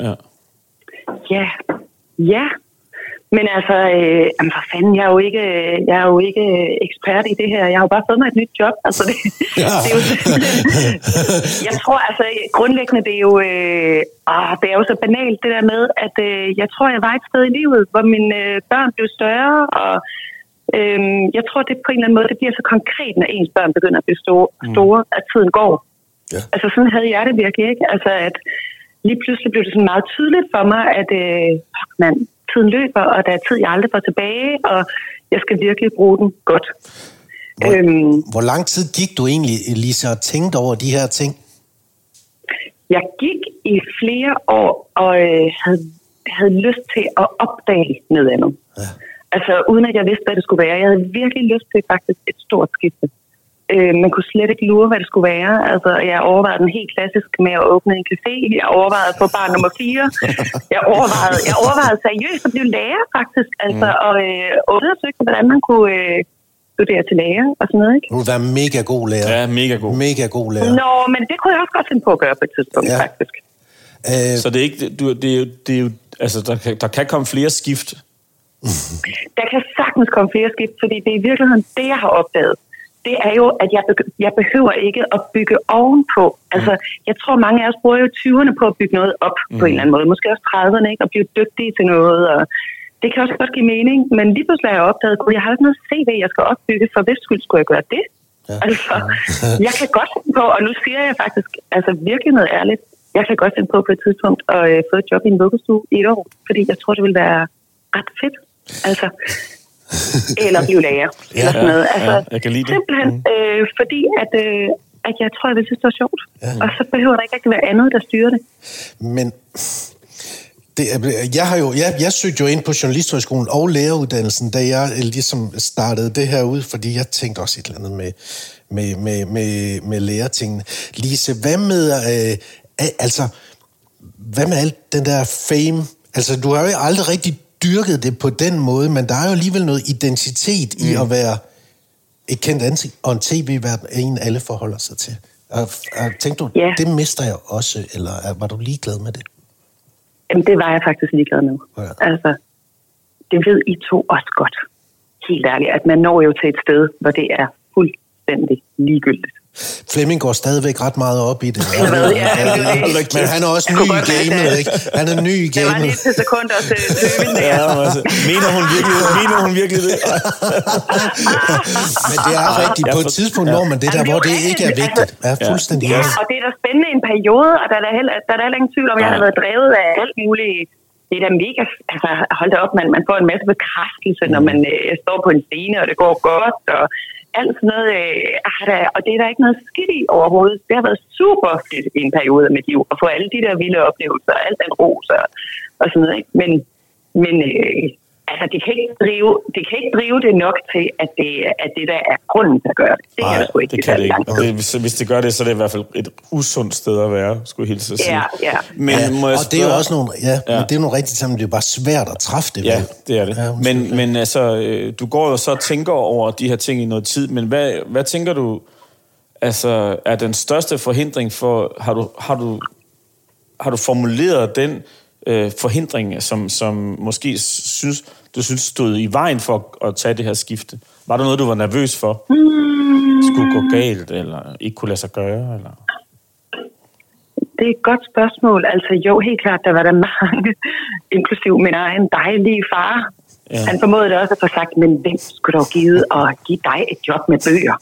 Ja. Men altså, for fanden, jeg er jo ikke ekspert i det her. Jeg har jo bare fået mig et nyt job. Altså, det er jo jeg tror, altså, grundlæggende, det er jo så banalt, det der med, at jeg tror, jeg var et sted i livet, hvor mine børn blev større, og jeg tror, det på en eller anden måde, det bliver så konkret, når ens børn begynder at blive store, at tiden går. Ja. Altså, sådan havde jeg det virkelig, ikke? Altså, at lige pludselig blev det sådan meget tydeligt for mig, at tiden løber, og der er tid, jeg aldrig får tilbage, og jeg skal virkelig bruge den godt. Hvor lang tid gik du egentlig, Lisa, og tænkte over de her ting? Jeg gik i flere år, og havde lyst til at opdage noget andet. Ja. Altså, uden at jeg vidste, hvad det skulle være. Jeg havde virkelig lyst til faktisk et stort skifte. Man kunne slet ikke lure, hvad det skulle være. Altså, jeg overvejede den helt klassisk med at åbne en café. Jeg overvejede at få barn nummer 4. Jeg overvejede seriøst at blive lærer, faktisk. Altså, og undersøgte, hvordan man kunne studere til lærer og sådan noget, ikke? Du vil være mega god lærer. Ja, mega god. Mega god lærer. Nå, men det kunne jeg også godt finde på at gøre på et tidspunkt, faktisk. Så det er ikke... Det er jo altså, der kan komme flere skift. Der kan sagtens komme flere skift, fordi det er i virkeligheden det, jeg har opdaget. Det er jo, at jeg behøver ikke at bygge ovenpå. Altså, jeg tror, mange af os bruger jo 20'erne på at bygge noget op på en eller anden måde. Måske også 30'erne, ikke? Og blive dygtige til noget. Og det kan også godt give mening. Men lige pludselig har jeg opdaget, at jeg har ikke noget CV, jeg skal opbygge. For hvis skyld skulle jeg gøre det? Ja. Altså, jeg kan godt finde på, og nu siger jeg faktisk altså virkelig noget ærligt. Jeg kan godt finde på et tidspunkt at få et job i en vuggestue i et år. Fordi jeg tror, det vil være ret fedt. Altså... eller blive lærer, eller sådan noget. Altså, jeg kan lide det. Simpelthen, fordi at jeg tror, jeg vil synes, det er sjovt. Ja. Og så behøver der ikke rigtig være andet, der styrer det. Men jeg søgte jo ind på Journalisthøjskolen og læreruddannelsen, da jeg ligesom startede det her ud, fordi jeg tænkte også et eller andet med lærertingene. Lise, hvad med hvad med alt den der fame? Altså, du har jo aldrig rigtig dyrket det på den måde, men der er jo alligevel noget identitet i at være et kendt ansigt, og en tv-vært er en, alle forholder sig til. Tænkte du, det mister jeg også, eller var du ligeglad med det? Jamen, det var jeg faktisk ligeglad med. Ja. Altså, det ved I to også godt. Helt ærligt, at man når jo til et sted, hvor det er fuldstændig ligegyldigt. Flemming går stadigvæk ret meget op i det. Men han er også ny i gamet, ikke? Han er ny i gamet. Det var lige til sekunder til tøven der. Mener hun virkelig det? Men det er rigtigt. På et tidspunkt når man det der, hvor det ikke er vigtigt. Ja, fuldstændig. Ja, og det er da spændende i en periode, og der er heller ingen tvivl om, at jeg har været drevet af alt muligt. Det er da mega, altså hold da op, man får en masse bekræftelse, når man står på en scene, og det går godt, og alt sådan noget, og det er der ikke noget skidt i overhovedet. Det har været super fedt i en periode af mit liv, at få alle de der vilde oplevelser, alt den ros og sådan noget, ikke? Men altså, det kan ikke drive det nok til, at det der er grunden til at gøre det. Det er sgu ikke. Det kan det ikke. Hvis det gør det, så er det i hvert fald et usundt sted at være, skulle jeg hilse at sige. Ja. Men må jeg og det er jo også nogle, men det er nogle rigtige sammen, det er bare svært at træffe det. Ja, det er det. Ja, men altså, du går jo så og tænker over de her ting i noget tid, men hvad tænker du, altså, er den største forhindring for, har du formuleret den forhindring, som måske du synes stod i vejen for at tage det her skifte? Var der noget, du var nervøs for? Skulle gå galt, eller ikke kunne lade sig gøre? Eller? Det er et godt spørgsmål. Altså jo, helt klart, der var der mange, inklusiv min egen dejlige far. Ja. Han formåede også at få sagt, men hvem skulle dog give dig et job med bøger?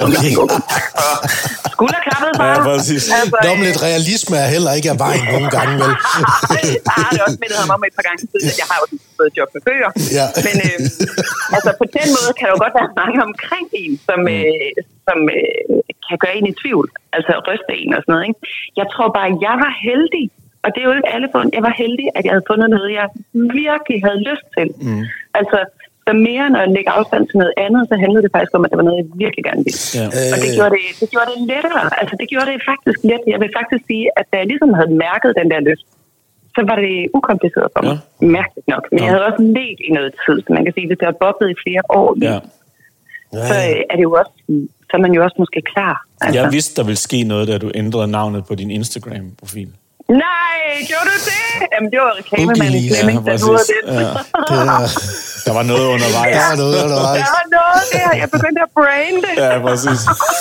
Skulderklappet, far. Ja, præcis. Altså, lidt realisme er heller ikke af vejen nogle gange, vel? Jeg har det også mindet ham om et par gange siden, at jeg har jo fået et job med bøger. Ja. Men altså, på den måde kan der jo godt være mange omkring en, som kan gøre en i tvivl. Altså ryste en og sådan noget, ikke? Jeg tror bare, at jeg var heldig. Og det er jo ikke alle fundet. Jeg var heldig, at jeg havde fundet noget, jeg virkelig havde lyst til. Altså, så mere end at lægge afstand til noget andet, så handlede det faktisk om, at det var noget, jeg virkelig gerne ville. Ja. Og det gjorde det lettere. Altså, det gjorde det faktisk let. Jeg vil faktisk sige, at da jeg ligesom havde mærket den der lyst, så var det ukompliceret for mig. Ja. Mærkeligt nok. Men jeg havde også let i noget tid, så man kan sige, at hvis det har bobbet i flere år, så er det jo også... Så er man jo også måske klar. Altså. Jeg vidste, der ville ske noget, da du ændrede navnet på din Instagram-profil. Nej, gjorde du det? Jamen, det var reklamemanden i Flemming, der gjorde det. Der var noget undervejs. Der var noget der. Jeg begyndte at brande. Ja, præcis.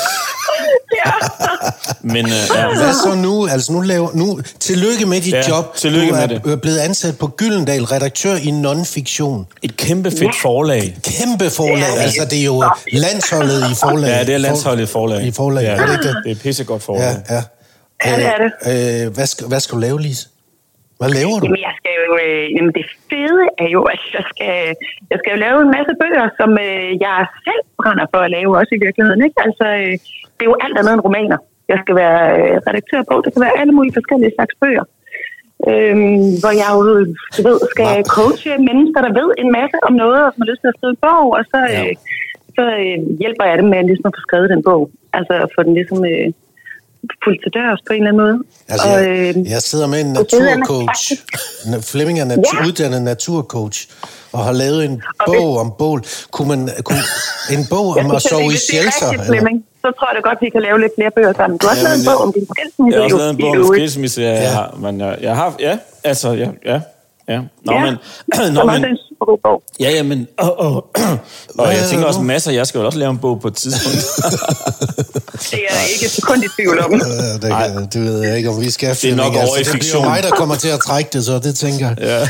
Men hvad så nu? Altså nu tillykke med dit job. Tillykke med det. Du er blevet ansat på Gyldendal, redaktør i non-fiktion. Et kæmpe fedt forlag. Kæmpe forlag. Altså det er jo landsholdet i forlag. Ja, det er landsholdet i forlag. I forlag. Ja, er det ikke det? Det er pissegodt forlag. Ja, det er det. Hvad skal du lave, Lise? Hvad laver du? Jamen, det fede er jo, at jeg skal jo lave en masse bøger, som jeg selv brænder for at lave, også i virkeligheden. Ikke? Altså, det er jo alt andet end romaner. Jeg skal være redaktør på. Det kan være alle mulige forskellige slags bøger. Hvor jeg jo, skal coache mennesker, der ved en masse om noget, og som har lyst til at skrive en bog, og så hjælper jeg dem med ligesom at få skrevet den bog. Altså at få den ligesom... fuldt til dørs på en eller anden måde. Altså, jeg sidder med en naturcoach. Flemming er uddannet naturcoach, og har lavet en bog om bål. En bog om at sove i shelter? Så tror jeg da godt, vi kan lave lidt flere bøger sammen. Du har også lavet en bog om din skilsmisse. Jeg har også lavet en bog om skilsmisse, jeg har... Ja, altså, ja. Men en super god bog. Ja, men og jeg tænker også masser, jeg skal jo også lave en bog på et tidspunkt. Det er jeg ikke kun i tvivl om. Det ved jeg ikke, om vi skal. Det er nok over i fiktion. Det bliver mig, der kommer til at trække det, så det tænker jeg. Ja.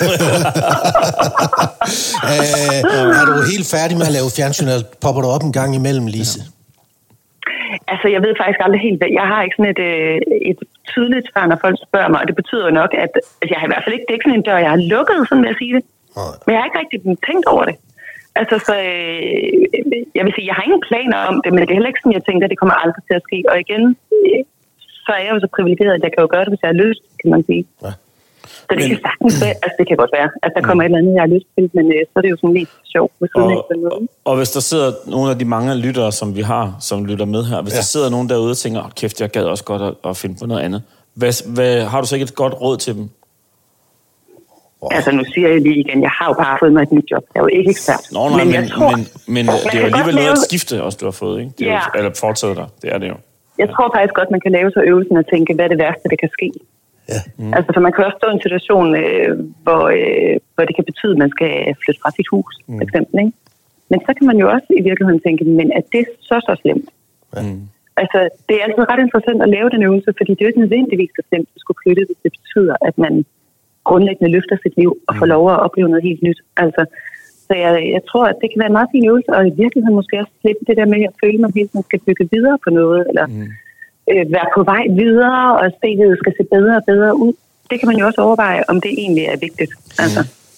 Er du helt færdig med at lave fjernsyn, eller popper du op en gang imellem, Lise? Altså, jeg ved faktisk aldrig helt, jeg har ikke sådan et tydeligt svar, når folk spørger mig, og det betyder jo nok, at jeg har i hvert fald ikke, det er ikke sådan en dør, jeg har lukket, sådan vil jeg sige det. Men jeg har ikke rigtig tænkt over det. Altså, så jeg vil sige, jeg har ingen planer om det, men det er heller ikke sådan, jeg tænker, at det kommer aldrig til at ske. Og igen, så er jeg jo så privilegeret, at jeg kan jo gøre det, hvis jeg har lyst, kan man sige. Ja. Så det kan sagtens være, altså det kan godt være, at der kommer et eller andet, jeg har lyst til, men så er det jo sådan lidt sjovt. Og hvis der sidder nogle af de mange lyttere, som vi har, som lytter med her, hvis der sidder nogen derude og tænker, kæft, jeg gad også godt at finde på noget andet, hvad har du så ikke et godt råd til dem? Altså nu siger jeg lige igen, jeg har jo bare fået mig et nyt job. Jeg er jo ikke ekspert. Men det er jo alligevel noget at skifte også, du har fået, ikke? Det er jo, eller fortsætter dig, det er det jo. Jeg tror faktisk godt, man kan lave så øvelsen og tænke, hvad er det værste, der kan ske. Ja. Altså, for man kan også stå i en situation, hvor det kan betyde, at man skal flytte fra sit hus, for eksempel, ikke? Men så kan man jo også i virkeligheden tænke, men er det så slemt? Ja. Altså, det er altid ret interessant at lave den øvelse, fordi det er jo ikke nødvendigvis så slemt at skulle flytte, hvis det betyder, at man grundlæggende løfter sit liv og får lov at opleve noget helt nyt. Altså, så jeg tror, at det kan være en meget fin øvelse, og i virkeligheden måske også slippe det der med at føle, at man hele tiden skal bygge videre på noget, eller være på vej videre, og stedet skal se bedre og bedre ud. Det kan man jo også overveje, om det egentlig er vigtigt. Altså.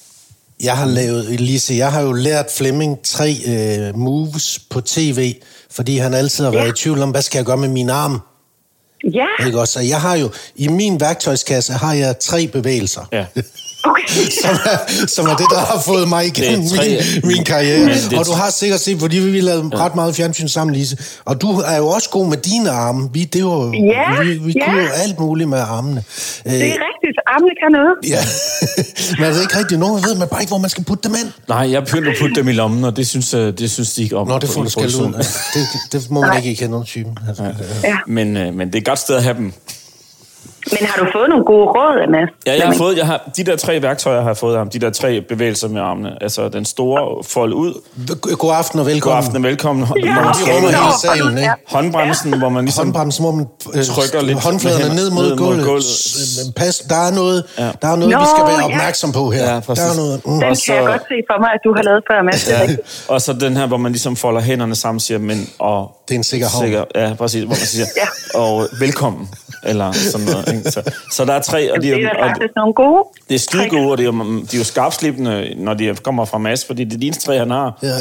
Jeg har jo lært Flemming 3 moves på tv, fordi han altid har været i tvivl om, hvad skal jeg gøre med min arm? Ja. Ikke også? Jeg har jo, i min værktøjskasse har jeg 3 bevægelser. Ja. Okay. som er det, der har fået mig igennem min karriere. Og du har sikkert set, fordi vi lavede ret meget fjernsyn sammen, Lise. Og du er jo også god med dine arme. Vi kunne jo alt muligt med armene. Det er rigtigt. Armene kan noget. Ja. Men altså ikke rigtigt. Nogen ved man bare ikke, hvor man skal putte dem ind. Nej, jeg begyndte at putte dem i lommen, og det synes de ikke om. Nå, det får du skæld ud. Det må man ikke kende nogen type. Altså. Ja. Men det er et godt sted at have dem. Men har du fået nogle gode råd, Mads? Ja, jeg har de der 3 værktøjer, har jeg fået ham. De der 3 bevægelser med armene. Altså den store fold ud. God aften og velkommen. God aften og velkommen. Salen, ikke? Håndbremsen, hvor man ligesom hvor man trykker lidt håndfladerne ned mod gulvet. Pas, der er noget, vi skal være opmærksom på her. Ja, præcis. Der er noget. Den kan jeg godt se for mig, at du har lavet før, Mads. Ja. Og så den her, hvor man ligesom folder hænderne sammen, siger men og det er en sikker havn. Ja, præcis, hvor man siger og velkommen eller sådan noget. Ikke? Så der er 3, og det er faktisk nogle gode. Det er skide gode, og de er jo skarpslibende, når de kommer fra Mads, fordi det er de eneste 3, han har. Ja.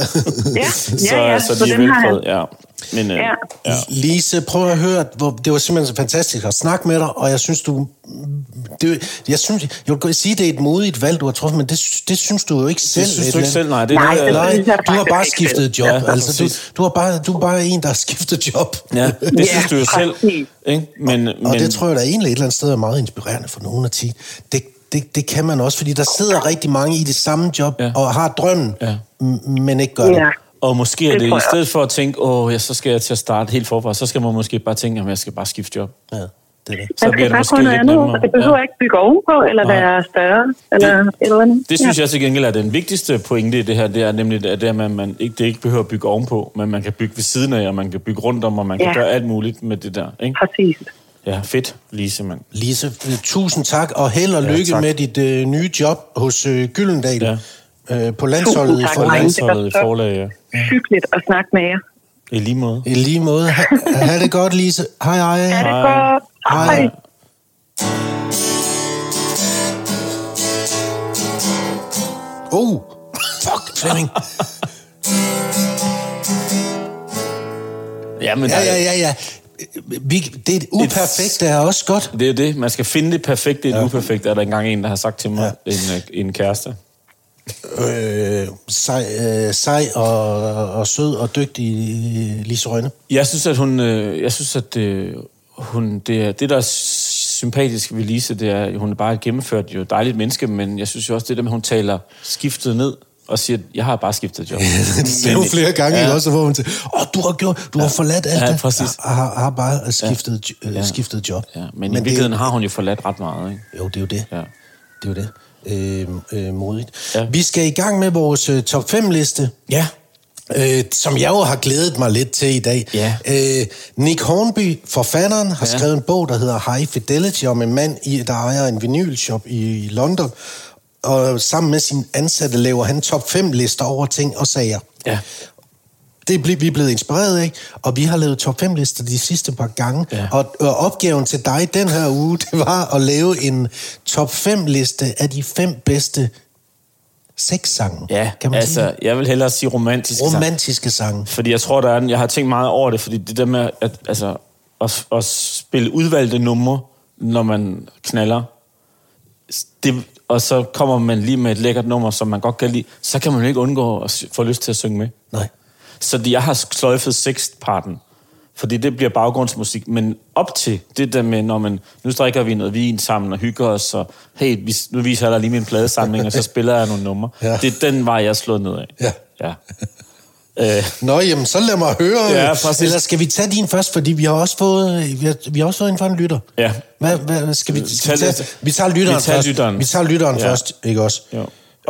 Så de er velprøvet, ja. Men, Lise, prøv at høre, det var simpelthen så fantastisk at snakke med dig, og jeg synes, jeg vil sige, det er et modigt valg, du har truffet, men det synes du jo ikke selv. Det synes du ikke selv, nej. Du har bare skiftet job. Du er bare en, der har skiftet job. Ja, det synes du jo selv. Ikke? Men det tror jeg da egentlig et eller andet sted er meget inspirerende for nogen at sige. Det kan man også, fordi der sidder rigtig mange i det samme job, og har drømmen, men ikke gør det. Og måske er det i stedet for at tænke, så skal jeg til at starte helt forfra, så skal man måske bare tænke, at jeg skal bare skifte job. Ja, det er det. Så bliver det måske lidt nemmere. Det behøver ikke bygge ovenpå, eller være større, eller et eller andet. Det synes jeg til gengæld er den vigtigste pointe i det her, det er nemlig, at man ikke behøver at bygge ovenpå, men man kan bygge ved siden af, og man kan bygge rundt om, og man kan gøre alt muligt med det der. Ikke? Præcis. Ja, fedt, Lise, mand. Lise, tusind tak, og held og lykke med dit nye job hos Gyldendal. Ja. På landsholdet i forlag, ja. Hyggeligt at snakke med jer. I lige måde. I lige måde. Ha' det godt, Lise. Hej. Ha' det godt. Hej. Fuck, Flemming. Ja. Det uperfekte er også godt. Det er det. Man skal finde det perfekte i det uperfekte, er der engang en, der har sagt til mig, en kæreste. Sej og sød og dygtig Lise Rønne. Jeg synes, at det der er sympatisk ved Lise, det er, at hun er bare et gennemført jo dejligt menneske, men jeg synes jo også, det der med, hun taler skiftet ned og siger, jeg har bare skiftet job. Det er jo flere gange også, hvor hun siger, du har forladt alt det. Præcis. Har bare skiftet job. Ja, men i virkeligheden har hun jo forladt ret meget, ikke? Jo, det er jo det. Ja. Det er jo det. Modigt. Ja. Vi skal i gang med vores top 5-liste. Ja. Som jeg jo har glædet mig lidt til i dag. Ja. Nick Hornby, forfatteren, har skrevet en bog, der hedder High Fidelity, om en mand, der ejer en vinylshop i London. Og sammen med sine ansatte laver han top 5-lister over ting og sager. Ja. Det er vi blevet inspireret af, og vi har lavet top 5-lister de sidste par gange. Ja. Og opgaven til dig den her uge, det var at lave en top 5-liste af de 5 bedste sexsange. Ja, kan man sige? Jeg vil hellere sige romantiske sange. Fordi jeg tror, jeg har tænkt meget over det, fordi det der med at spille udvalgte numre, når man knaller, og så kommer man lige med et lækkert nummer, som man godt kan lide, så kan man jo ikke undgå at få lyst til at synge med. Nej. Så jeg har sløjfet sexparten, Fordi det bliver baggrundsmusik. Men op til det der med, når man... Nu drikker vi noget vin sammen og hygger os, og hey, nu viser jeg dig lige min pladesamling, og så spiller jeg nogle numre. Ja. Det er den vej, jeg er slået ned af. Ja. Nå, jamen, så lad mig høre. Ja, præcis. Eller skal vi tage din først, fordi vi har også fået en fra en lytter. Ja. Hvad skal vi tage? Vi tager lytteren først. Vi tager lytteren først, ikke også? Jo.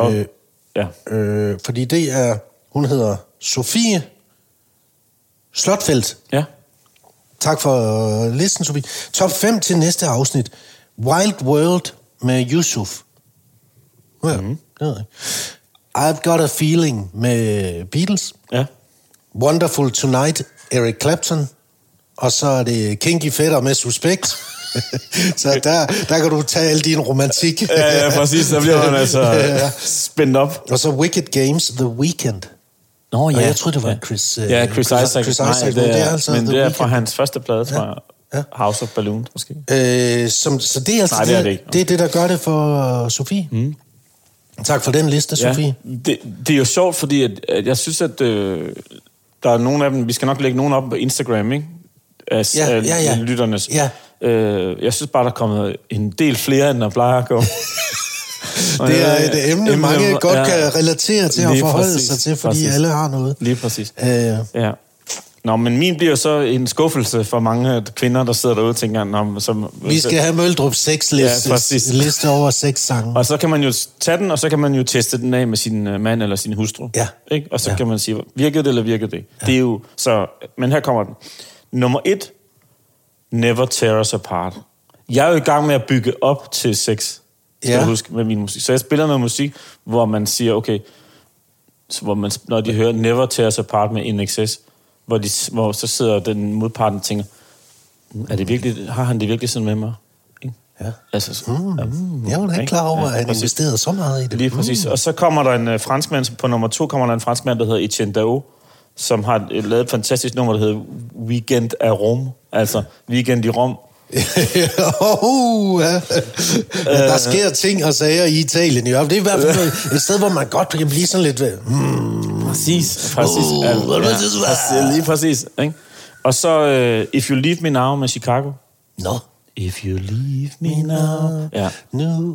Fordi det er... Hun hedder Sofie Slotfeldt. Ja. Tak for listen, Sofie. Top 5 til næste afsnit. Wild World med Yusuf. Ja, det ved jeg. I've Got a Feeling med Beatles. Ja. Wonderful Tonight, Eric Clapton. Og så er det Kinky Fætter med Suspekt. Så der kan du tage al din romantik. Ja, præcis. Så bliver man altså spændt op. Og så Wicked Games, The Weeknd. Nå ja. Og jeg troede, det var Chris Isaac. Chris Isaac. Nej, det er altså men det er fra hans første plade, tror jeg. Ja. House of Balloon, måske. Så det er altså det er det, der gør det for Sofie. Mm. Tak for den liste, Sofie. Det er jo sjovt, fordi at jeg synes, at der er nogle af dem... Vi skal nok lægge nogle op på Instagram, ikke? Af lytternes. Ja. Jeg synes bare, der er kommet en del flere, end der plejer at gå. Det er et emne, mange godt kan relatere til og forholde sig til, fordi alle har noget. Lige præcis. Ja. Nå, men min bliver så en skuffelse for mange kvinder, der sidder derude og tænker... Vi skal have Møldrup 6 liste over 6 sange. Og så kan man jo tage den, og så kan man jo teste den af med sin mand eller sin hustru. Ja. Ikke? Og så kan man sige, virkede det eller virkede det? Ja. Det er jo... Men her kommer den. Nummer 1. Never Tear Us Apart. Jeg er jo i gang med at bygge op til sex, skal jeg huske, med min musik. Så jeg spiller noget musik, hvor man siger, okay... når de hører Never Tear Us Apart med INXS, hvor så sidder den modparten og tænker, har han det virkelig sådan med mig? Ja. Altså, jeg var da ikke klar over, at han investerede så meget i det. Lige præcis. Og så kommer der en franskmand, på nummer 2 kommer der en franskmand, der hedder Etienne Dao, som har lavet et fantastisk nummer, der hedder Weekend af Rom. Altså, Weekend i Rom. Der sker ting og sager i Italien. Det er i hvert fald et sted, hvor man godt kan blive sådan lidt... Præcis. Lige præcis. Ikke? Og så If You Leave Me Now med Chicago. No. If you leave me now. Ja. No,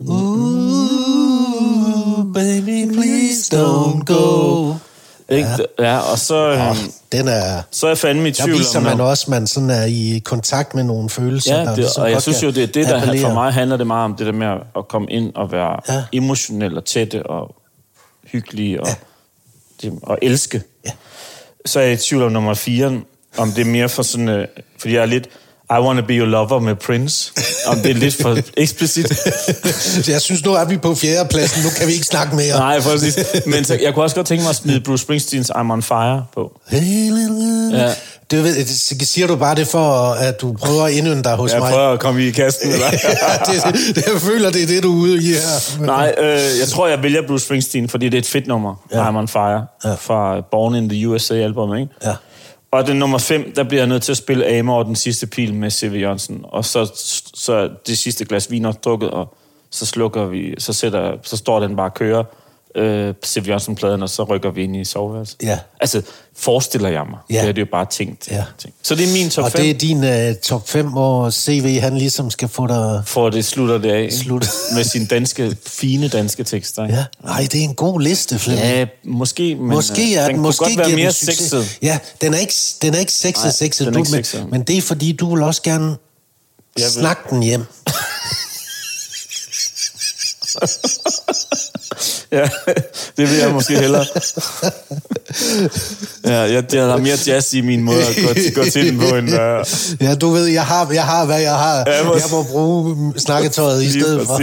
baby, please don't go. Ja, og så... den er... Så er jeg fandme i tvivl om... Der viser man også, man sådan er i kontakt med nogle følelser. Ja, og jeg synes jo, det er det, der for mig handler det meget om, det der med at komme ind og være emotionel og tætte og hyggelig og elske. Ja. Så er jeg i tvivl om nummer 4, om det er mere for sådan... fordi jeg er lidt... I Wanna Be Your Lover med Prince. Om det er lidt for eksplicit. Jeg synes nu er vi på 4. pladsen. Nu kan vi ikke snakke mere. Nej, præcis. Men så, jeg kunne også godt tænke mig at smide Bruce Springsteens I'm On Fire på. Ja. Siger du bare det for, at du prøver at indønde dig hos mig? Jeg prøver at komme i kasten. Eller? Jeg føler, det er det, du er ude i her. Nej, jeg tror, jeg vælger Bruce Springsteen, fordi det er et fedt nummer. I'm On Fire. Fra Born in the USA-albumet, ikke? Ja. Og den nummer 5, der bliver jeg nødt til at spille Amor og den sidste pil med C.V. Jørgensen. Og så det sidste glas vin er drukket, og så slukker vi, så står den bare og kører C.V. Jørgensen-pladen, og så rykker vi ind i soveværelset. Ja. Altså, forestiller jeg mig. Ja. Det er det jo bare tænkt. Ja. Så det er min top 5. Og det er din top 5, hvor C.V. han ligesom skal få dig... For det slutter det af. Med sine fine danske tekster. Ja. Nej, det er en god liste, Flemming. Ja, måske, men måske er den kunne måske godt være mere sexet. Ja, den er ikke sexet, men det er fordi, du vil også gerne snakke den hjem. Ja, det vil jeg måske hellere. Ja, jeg har mere jazz i min måde at gå til den på end... Ja, du ved, jeg har hvad jeg har. Jeg må bruge snakketøjet i stedet for.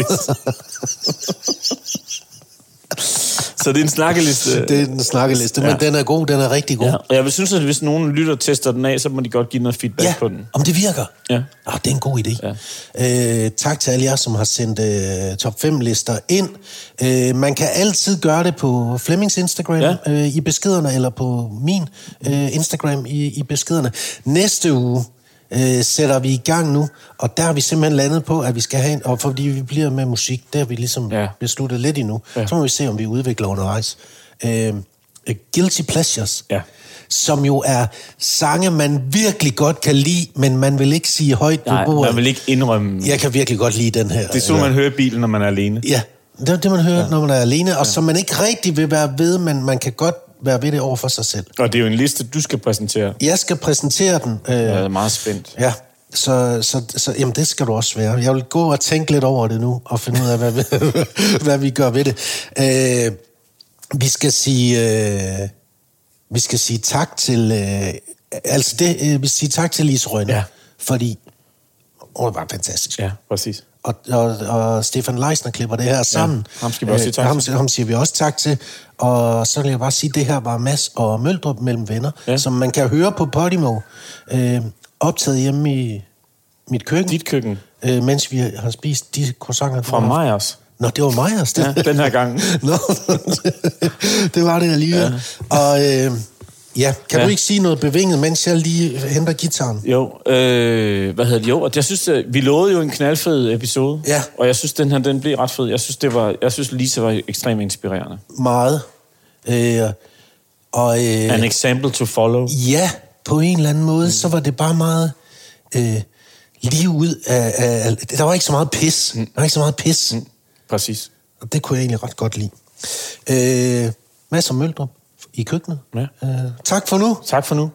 Så det er en snakkeliste. Det er en snakkeliste, men den er god, den er rigtig god. Ja. Og jeg vil synes, at hvis nogen lytter og tester den af, så må de godt give noget feedback på den. Om det virker. Ja. Det er en god idé. Ja. Tak til alle jer, som har sendt top 5-lister ind. Man kan altid gøre det på Flemmings Instagram i beskederne, eller på min Instagram i beskederne. Næste uge sætter vi i gang nu, og der har vi simpelthen landet på, at vi skal have og fordi vi bliver med musik, der har vi ligesom besluttet lidt endnu. Så må vi se, om vi udvikler undervejs. Guilty Pleasures. Ja. som jo er sange, man virkelig godt kan lide, men man vil ikke sige højt på bordet. Man vil ikke indrømme. Jeg kan virkelig godt lide den her. Det er sådan, man hører i bilen, når man er alene. Ja, det er det, man hører, når man er alene, og som man ikke rigtig vil være ved, men man kan godt være ved det over for sig selv. Og det er jo en liste, du skal præsentere. Jeg skal præsentere den. Jeg er meget spændt. Ja, så jamen, det skal du også være. Jeg vil gå og tænke lidt over det nu, og finde ud af, hvad vi gør ved det. Vi skal sige tak til... vi skal sige tak til Lise Rønne, Ja. fordi det var fantastisk. Ja, præcis. Og Stefan Leisner klipper det her sammen. Ja, ham skal vi også sige tak til. Ham siger vi også tak til. Og så vil jeg bare sige, at det her var Mads og Møldrup mellem venner, som man kan høre på Podimo, optaget hjemme i mit køkken. Dit køkken. Mens vi har spist de croissanter. Fra Meyers. Nå, det var Meyers. Ja, den her gang. Nå, det var det alligevel. Ja. Og kan du ikke sige noget bevinget, mens jeg lige henter gitaren? Jo, Jo, og jeg synes, vi lovede jo en knaldfed episode. Ja. Og jeg synes, den blev ret fed. Jeg synes, Lise var ekstremt inspirerende. Meget. An example to follow. Ja, på en eller anden måde, så var det bare meget lige ud af... Der var ikke så meget pis. Der var ikke så meget pis. Præcis. Og det kunne jeg egentlig ret godt lide. Mads og Møldrup i køkkenet. Ja. Tak for nu. Tak for nu.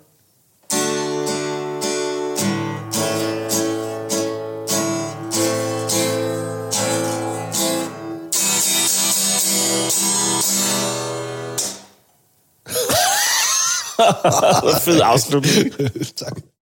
Fed afslutning. Tak.